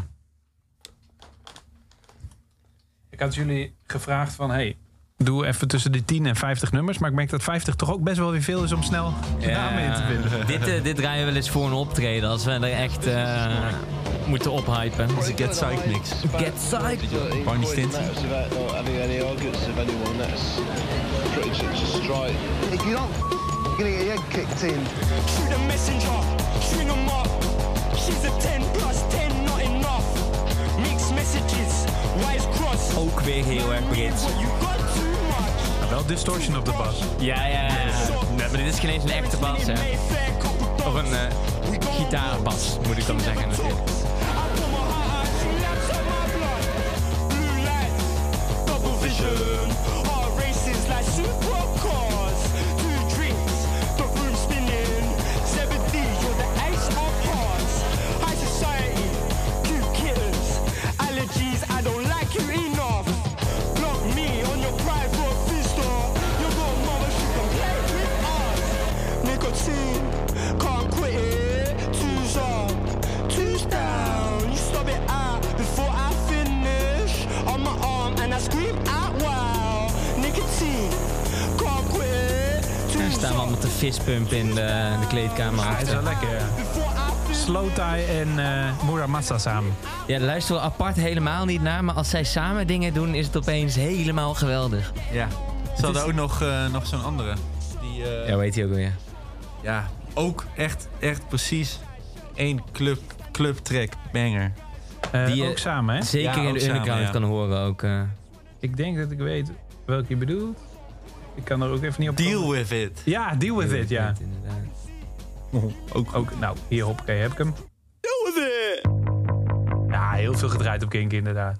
Ik had jullie gevraagd van, hey, doe even tussen de 10 en 50 nummers. Maar ik merk dat 50 toch ook best wel weer veel is om snel de namen in te vinden. Dit draaien we wel eens voor een optreden als we er echt moeten ophypen. Onze Get Psyched mix. Get psyched. Barney Stinson. Having any arguments of anyone, that's pretty much a strike. If you're not gonna get your head kicked in, Shoot the messenger, string 'em up. She's a 10 plus 10, not enough. Mixed messages, wise cross. Ook weer heel erg Brits. You got too much. Wel distortion op de bas. Ja. Nee, maar dit is geen eens een echte bas, hè. Mayfair, couple Of dollars. een gitaarbas, moet ik dan zeggen natuurlijk. I put my heart out, she laps on my blood. Blue lights, double vision. Our races like supercars. 2 drinks, the room spinning. 70, you're the ace of hearts. High society, cute kittens. Allergies, I don't like you enough. Block me on your private vista. Your little mother, she can play with us. Nicotine, can't quit it. Two's up, two's down. You stop it out before I finish. On my arm and I scream out wow. Nicotine, can't quit it. Er staan we allemaal te fistpumpen in de kleedkamer. Hij is wel lekker, ja. Before I Slowthai en Muramasa samen. Ja, daar luisteren we apart helemaal niet naar. Maar als zij samen dingen doen, is het opeens helemaal geweldig. Ja. Ze hadden ook nog zo'n andere. Die, Ja, hoe heet die ook weer? ja, ook echt precies één clubtrack banger. Die ook samen, hè? Zeker Ja, in ook de samen, underground ja. kan horen ook. Ik denk dat ik weet welke je bedoelt. Ik kan er ook even niet op Deal komen. with it. Ja, Deal With It, ja. Inderdaad. Ook, nou, hier, hoppakee, heb ik hem. Deal With It! Ja, heel veel gedraaid op Kink, inderdaad.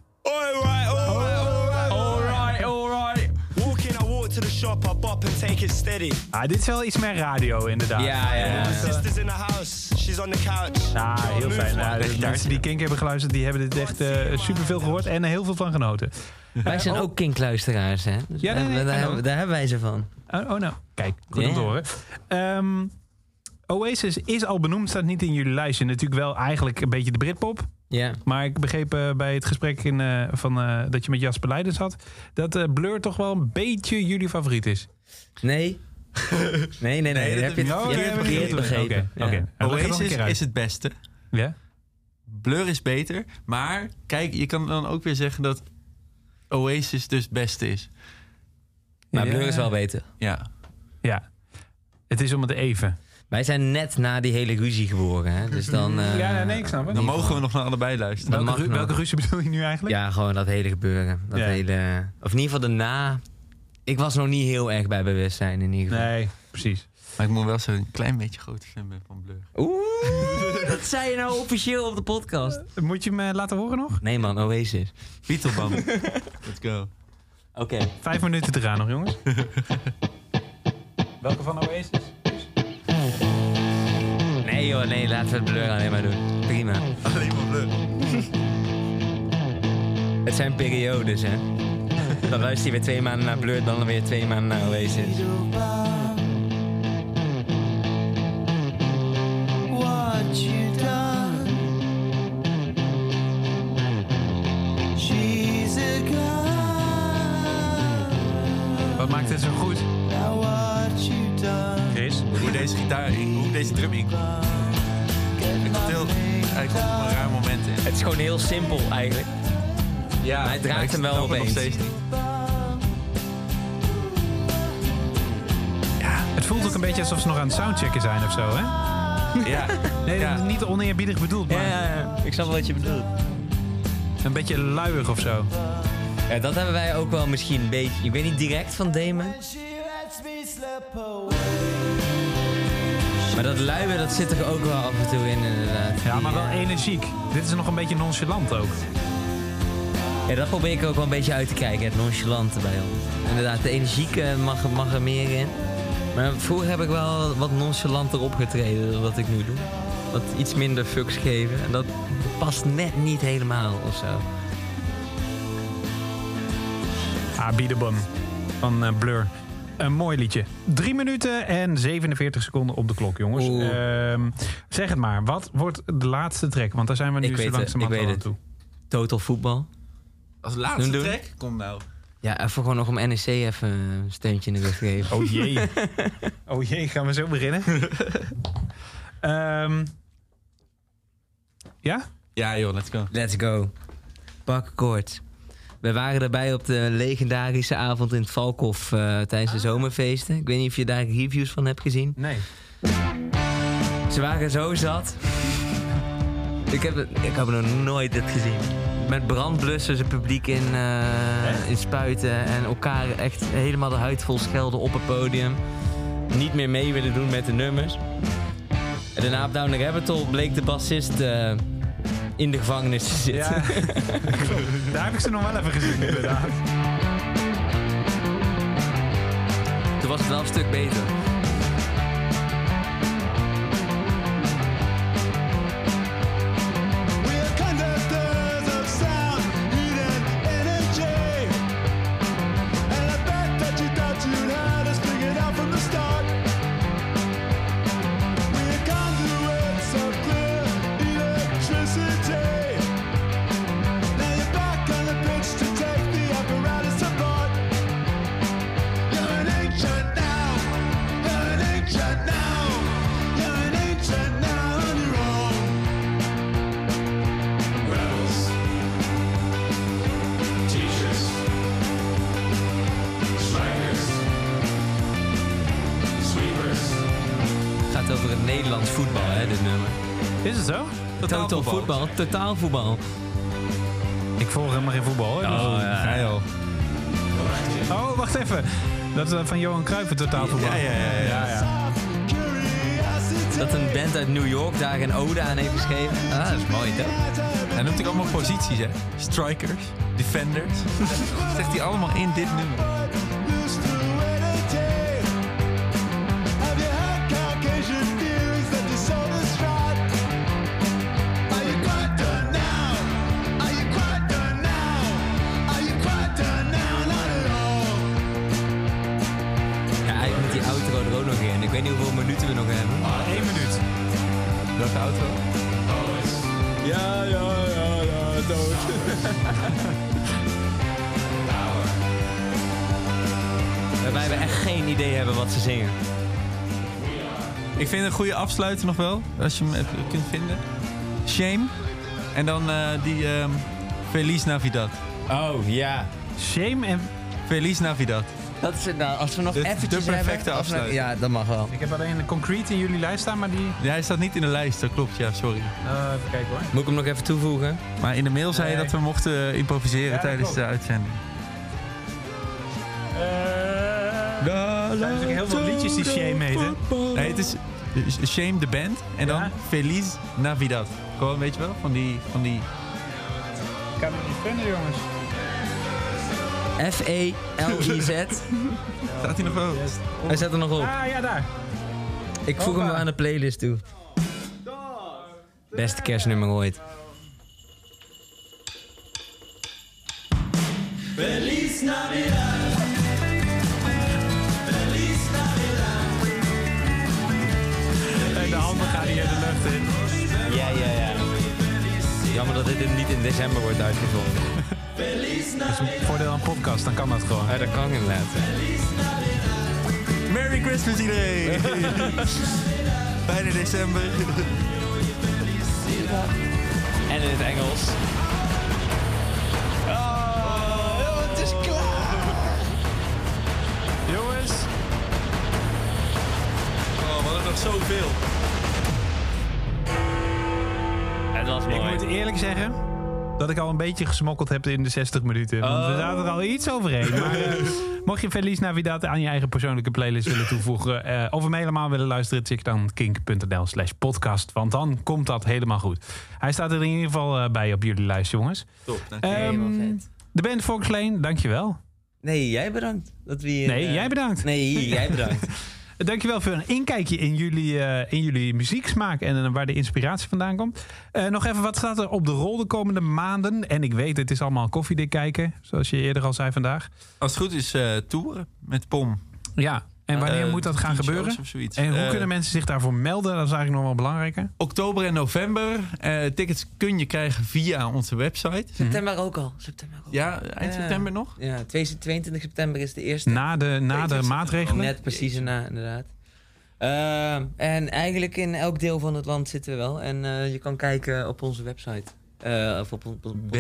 Walking, I walk to the shop, I bop and take it steady. Dit is wel iets meer radio, inderdaad. Ja. Sister's in the house, she's on the couch. Ja, heel fijn. Ja, de Daar mensen die Kink hebben geluisterd, die hebben dit echt superveel gehoord en er heel veel van genoten. Wij zijn ook Kink-luisteraars, hè? Dus Ja, nee, daar hebben wij ze van. Oh, nou. Kijk, goed om te horen. Oasis is al benoemd, staat niet in jullie lijstje. Natuurlijk wel eigenlijk een beetje de Britpop. Ja. Maar ik begreep bij het gesprek dat je met Jasper Leidens had, dat Blur toch wel een beetje jullie favoriet is. Nee. Nee. dat Heb je Oh, het nee, verkeerd begrepen. Oké. Oasis is het beste. Ja? Blur is beter. Maar kijk, je kan dan ook weer zeggen dat Oasis dus het beste is. Maar Ja. Blur is wel beter. Ja. Ja. Het is om het even. Wij zijn net na die hele ruzie geboren, hè? Dus dan... Ja, nee, ik snap het. Dan mogen we nog naar allebei luisteren. Dat mag nog. Welke ruzie bedoel je nu eigenlijk? Ja, gewoon dat hele gebeuren. Dat Ja. hele... Of in ieder geval daarna... Ik was nog niet heel erg bij bewustzijn in ieder geval. Nee, precies. Maar ik moet wel zo'n klein beetje grote fan ben van Blur. Oeh, dat zei je nou officieel op de podcast. Moet je me laten horen nog? Nee man, Oasis. Beetlebum. Let's go. Oké. 5 minuten te gaan nog, jongens. Welke van Oasis? Nee joh, nee, laten we het Blur alleen maar doen. Prima. Alleen maar Blur. Het zijn periodes, hè. Dan luister je weer 2 maanden naar Blur, dan weer 2 maanden naar Oasis. What you done? She's a gun. Wat maakt het zo goed? Now what you done? Chris? Hoe deze drum in. Ik komt eigenlijk op een raar moment in. Het is gewoon heel simpel eigenlijk. Ja, Maar hij draagt maar ik hem wel snap het opeens. nog steeds niet. Het voelt ook een beetje alsof ze nog aan het soundchecken zijn of zo, hè? Ja. Nee, Ja. niet oneerbiedig bedoeld, maar Ja. Ik snap wel wat je bedoelt. een beetje luiig of zo. Ja, dat hebben wij ook wel misschien een beetje... Ik weet niet direct van Damon. She lets me slip away. Maar dat luien, dat zit er ook wel af en toe in inderdaad. Ja, maar wel Die, energiek. Dit is nog een beetje nonchalant ook. Ja, dat probeer ik ook wel een beetje uit te kijken. Het nonchalante bij ons. Inderdaad, de energiek mag er meer in. Maar vroeger heb ik wel wat nonchalanter opgetreden dan wat ik nu doe. Wat iets minder fucks geven. En dat past net niet helemaal of zo. Be the Bum van Blur. Een mooi liedje. 3 minuten en 47 seconden op de klok, jongens. Zeg het maar. Wat wordt de laatste track? Want daar zijn we nu zo langzamerhand al aan toe. Total voetbal. Als laatste Doen. track? Kom nou. Ja, even gewoon nog om NEC even een steuntje in de rug te geven. Oh jee. Oh jee, gaan we zo beginnen? Ja? Ja joh, let's go. Let's go. Bakkenkoorts. We waren erbij op de legendarische avond in het Valkhof tijdens de zomerfeesten. Ik weet niet of je daar reviews van hebt gezien. Nee. Ze waren zo zat. Ik heb nog nooit dit gezien. Met brandblussen het publiek in spuiten en elkaar echt helemaal de huid vol schelden op het podium. Niet meer mee willen doen met de nummers. En daarna op Down the Rabbit Hole bleek de bassist in de gevangenis te zitten. Ja. Daar heb ik ze nog wel even gezien, inderdaad. Toen was het wel een stuk beter. We're conductors of sound, heat and energy. And I bet that you thought you'd had us figured out from the start. We're conduits of clear electricity. Now you're back on the pitch to take the apparatus apart. You're an ancient now. Nederlands voetbal, hè, dit nummer. Is het zo? Total voetbal, totaal voetbal. Ik volg helemaal geen voetbal, hoor. Ga je al. Oh, wacht even. Dat is van Johan Cruijff, het totaal voetbal. Ja. Dat een band uit New York daar een ode aan heeft geschreven. Ah, dat is mooi, toch? Hij noemt ook allemaal posities, hè. Strikers, defenders. Zegt hij allemaal in dit nummer. Die outro er ook nog in. Ik weet niet hoeveel minuten we nog hebben. 1 minuut. Welke outro? Ja, dood. Waarbij we echt geen idee hebben wat ze zingen. Ik vind een goede afsluiter nog wel, als je hem even kunt vinden. Shame. En dan die Feliz Navidad. Oh, ja. Shame en... Feliz Navidad. Dat is, nou, als we nog eventjes de perfecte hebben, afsluiting. Ja, dat mag wel. Ik heb alleen een Concrete in jullie lijst staan, maar die... Ja, hij staat niet in de lijst, dat klopt, ja, sorry. Even kijken hoor. Moet ik hem nog even toevoegen? Maar in de mail zei je dat we mochten improviseren tijdens klopt. de uitzending. Er zijn natuurlijk heel veel liedjes die Shame heten. Nee, het is Shame the band en dan Feliz Navidad. Gewoon, weet je wel, van die... Ik kan het niet vinden, jongens. F-E-L-I-Z. Staat hij nog wel? Hij zet er nog op. Ah, ja, daar. Ik voeg hem wel aan de playlist toe. Beste kerstnummer ooit. Feliz Navidad. Feliz Navidad. En de handen gaan hier de lucht in. Ja. Jammer dat dit niet in december wordt uitgevonden. Dat is een voordeel aan podcast, dan kan dat gewoon. Ja, dat kan inderdaad. Merry Christmas iedereen! Bijna december. En in het Engels. Oh, het is klaar! Jongens. Oh, we hadden nog zoveel. Het was mooi. Ik moet eerlijk zeggen dat ik al een beetje gesmokkeld heb in de 60 minuten. Want we zaten er al iets overheen. Maar mocht je Feliz Navidad aan je eigen persoonlijke playlist willen toevoegen... of hem helemaal willen luisteren, check dan kink.nl/podcast. Want dan komt dat helemaal goed. Hij staat er in ieder geval bij op jullie lijst, jongens. Top, dank je. Helemaal vet. De band Fox Lane, dankjewel. Nee, jij bedankt. Dat we hier, Nee, jij bedankt. Nee, jij bedankt. Dankjewel voor een inkijkje in jullie muzieksmaak en waar de inspiratie vandaan komt. Nog even, wat staat er op de rol de komende maanden? En ik weet, het is allemaal koffiedik kijken, zoals je eerder al zei vandaag. Als het goed is, toeren met POM. Ja, en wanneer moet dat gaan 10 shows gebeuren? of zoiets. En hoe kunnen mensen zich daarvoor melden? Dat is eigenlijk nog wel belangrijker. Oktober en november. Tickets kun je krijgen via onze website. September ook al. Ja, eind september nog? Ja, 22 september is de eerste. Na de maatregelen? Net precies erna, inderdaad. En eigenlijk in elk deel van het land zitten we wel. En je kan kijken op onze website. Of op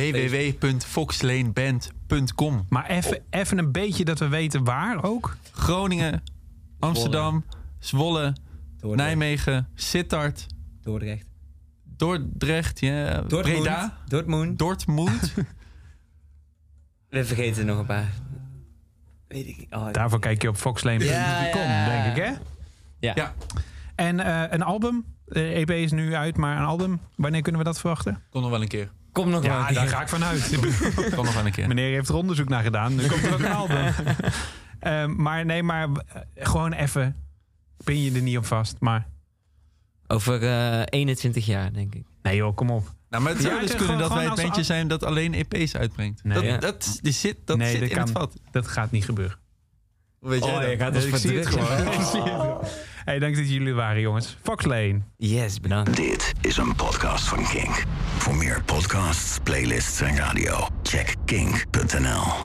www.foxlaneband.com. Maar even een beetje dat we weten waar ook. Groningen, Amsterdam, Zwolle, Nijmegen, Sittard, Dordrecht, ja, Breda, Dortmund. We vergeten nog een paar. Weet ik niet. Daarvoor kijk je op foxlane.com, denk ik, hè? Ja. En een album. De EP is nu uit, maar een album. Wanneer kunnen we dat verwachten? Kom nog wel een keer. Kom nog wel een keer. Daar ga ik vanuit. Kom nog wel een keer. Meneer heeft er onderzoek naar gedaan. Nu komt er ook een album. Maar gewoon even. Pin je er niet op vast, maar... Over 21 jaar, denk ik. Nee joh, kom op. Nou, maar het zou Ja, dus gewoon- kunnen dat wij gewoon het bandje zijn dat alleen EP's uitbrengt. Nee. Dat zit in het vat. Dat gaat niet gebeuren. Hoe weet jij dat? je gaat dus Ik zie het gewoon. Hey, dank dat jullie er waren, jongens. Fox Lane. Yes, bedankt. Dit is een podcast van Kink. Voor meer podcasts, playlists en radio, check kink.nl.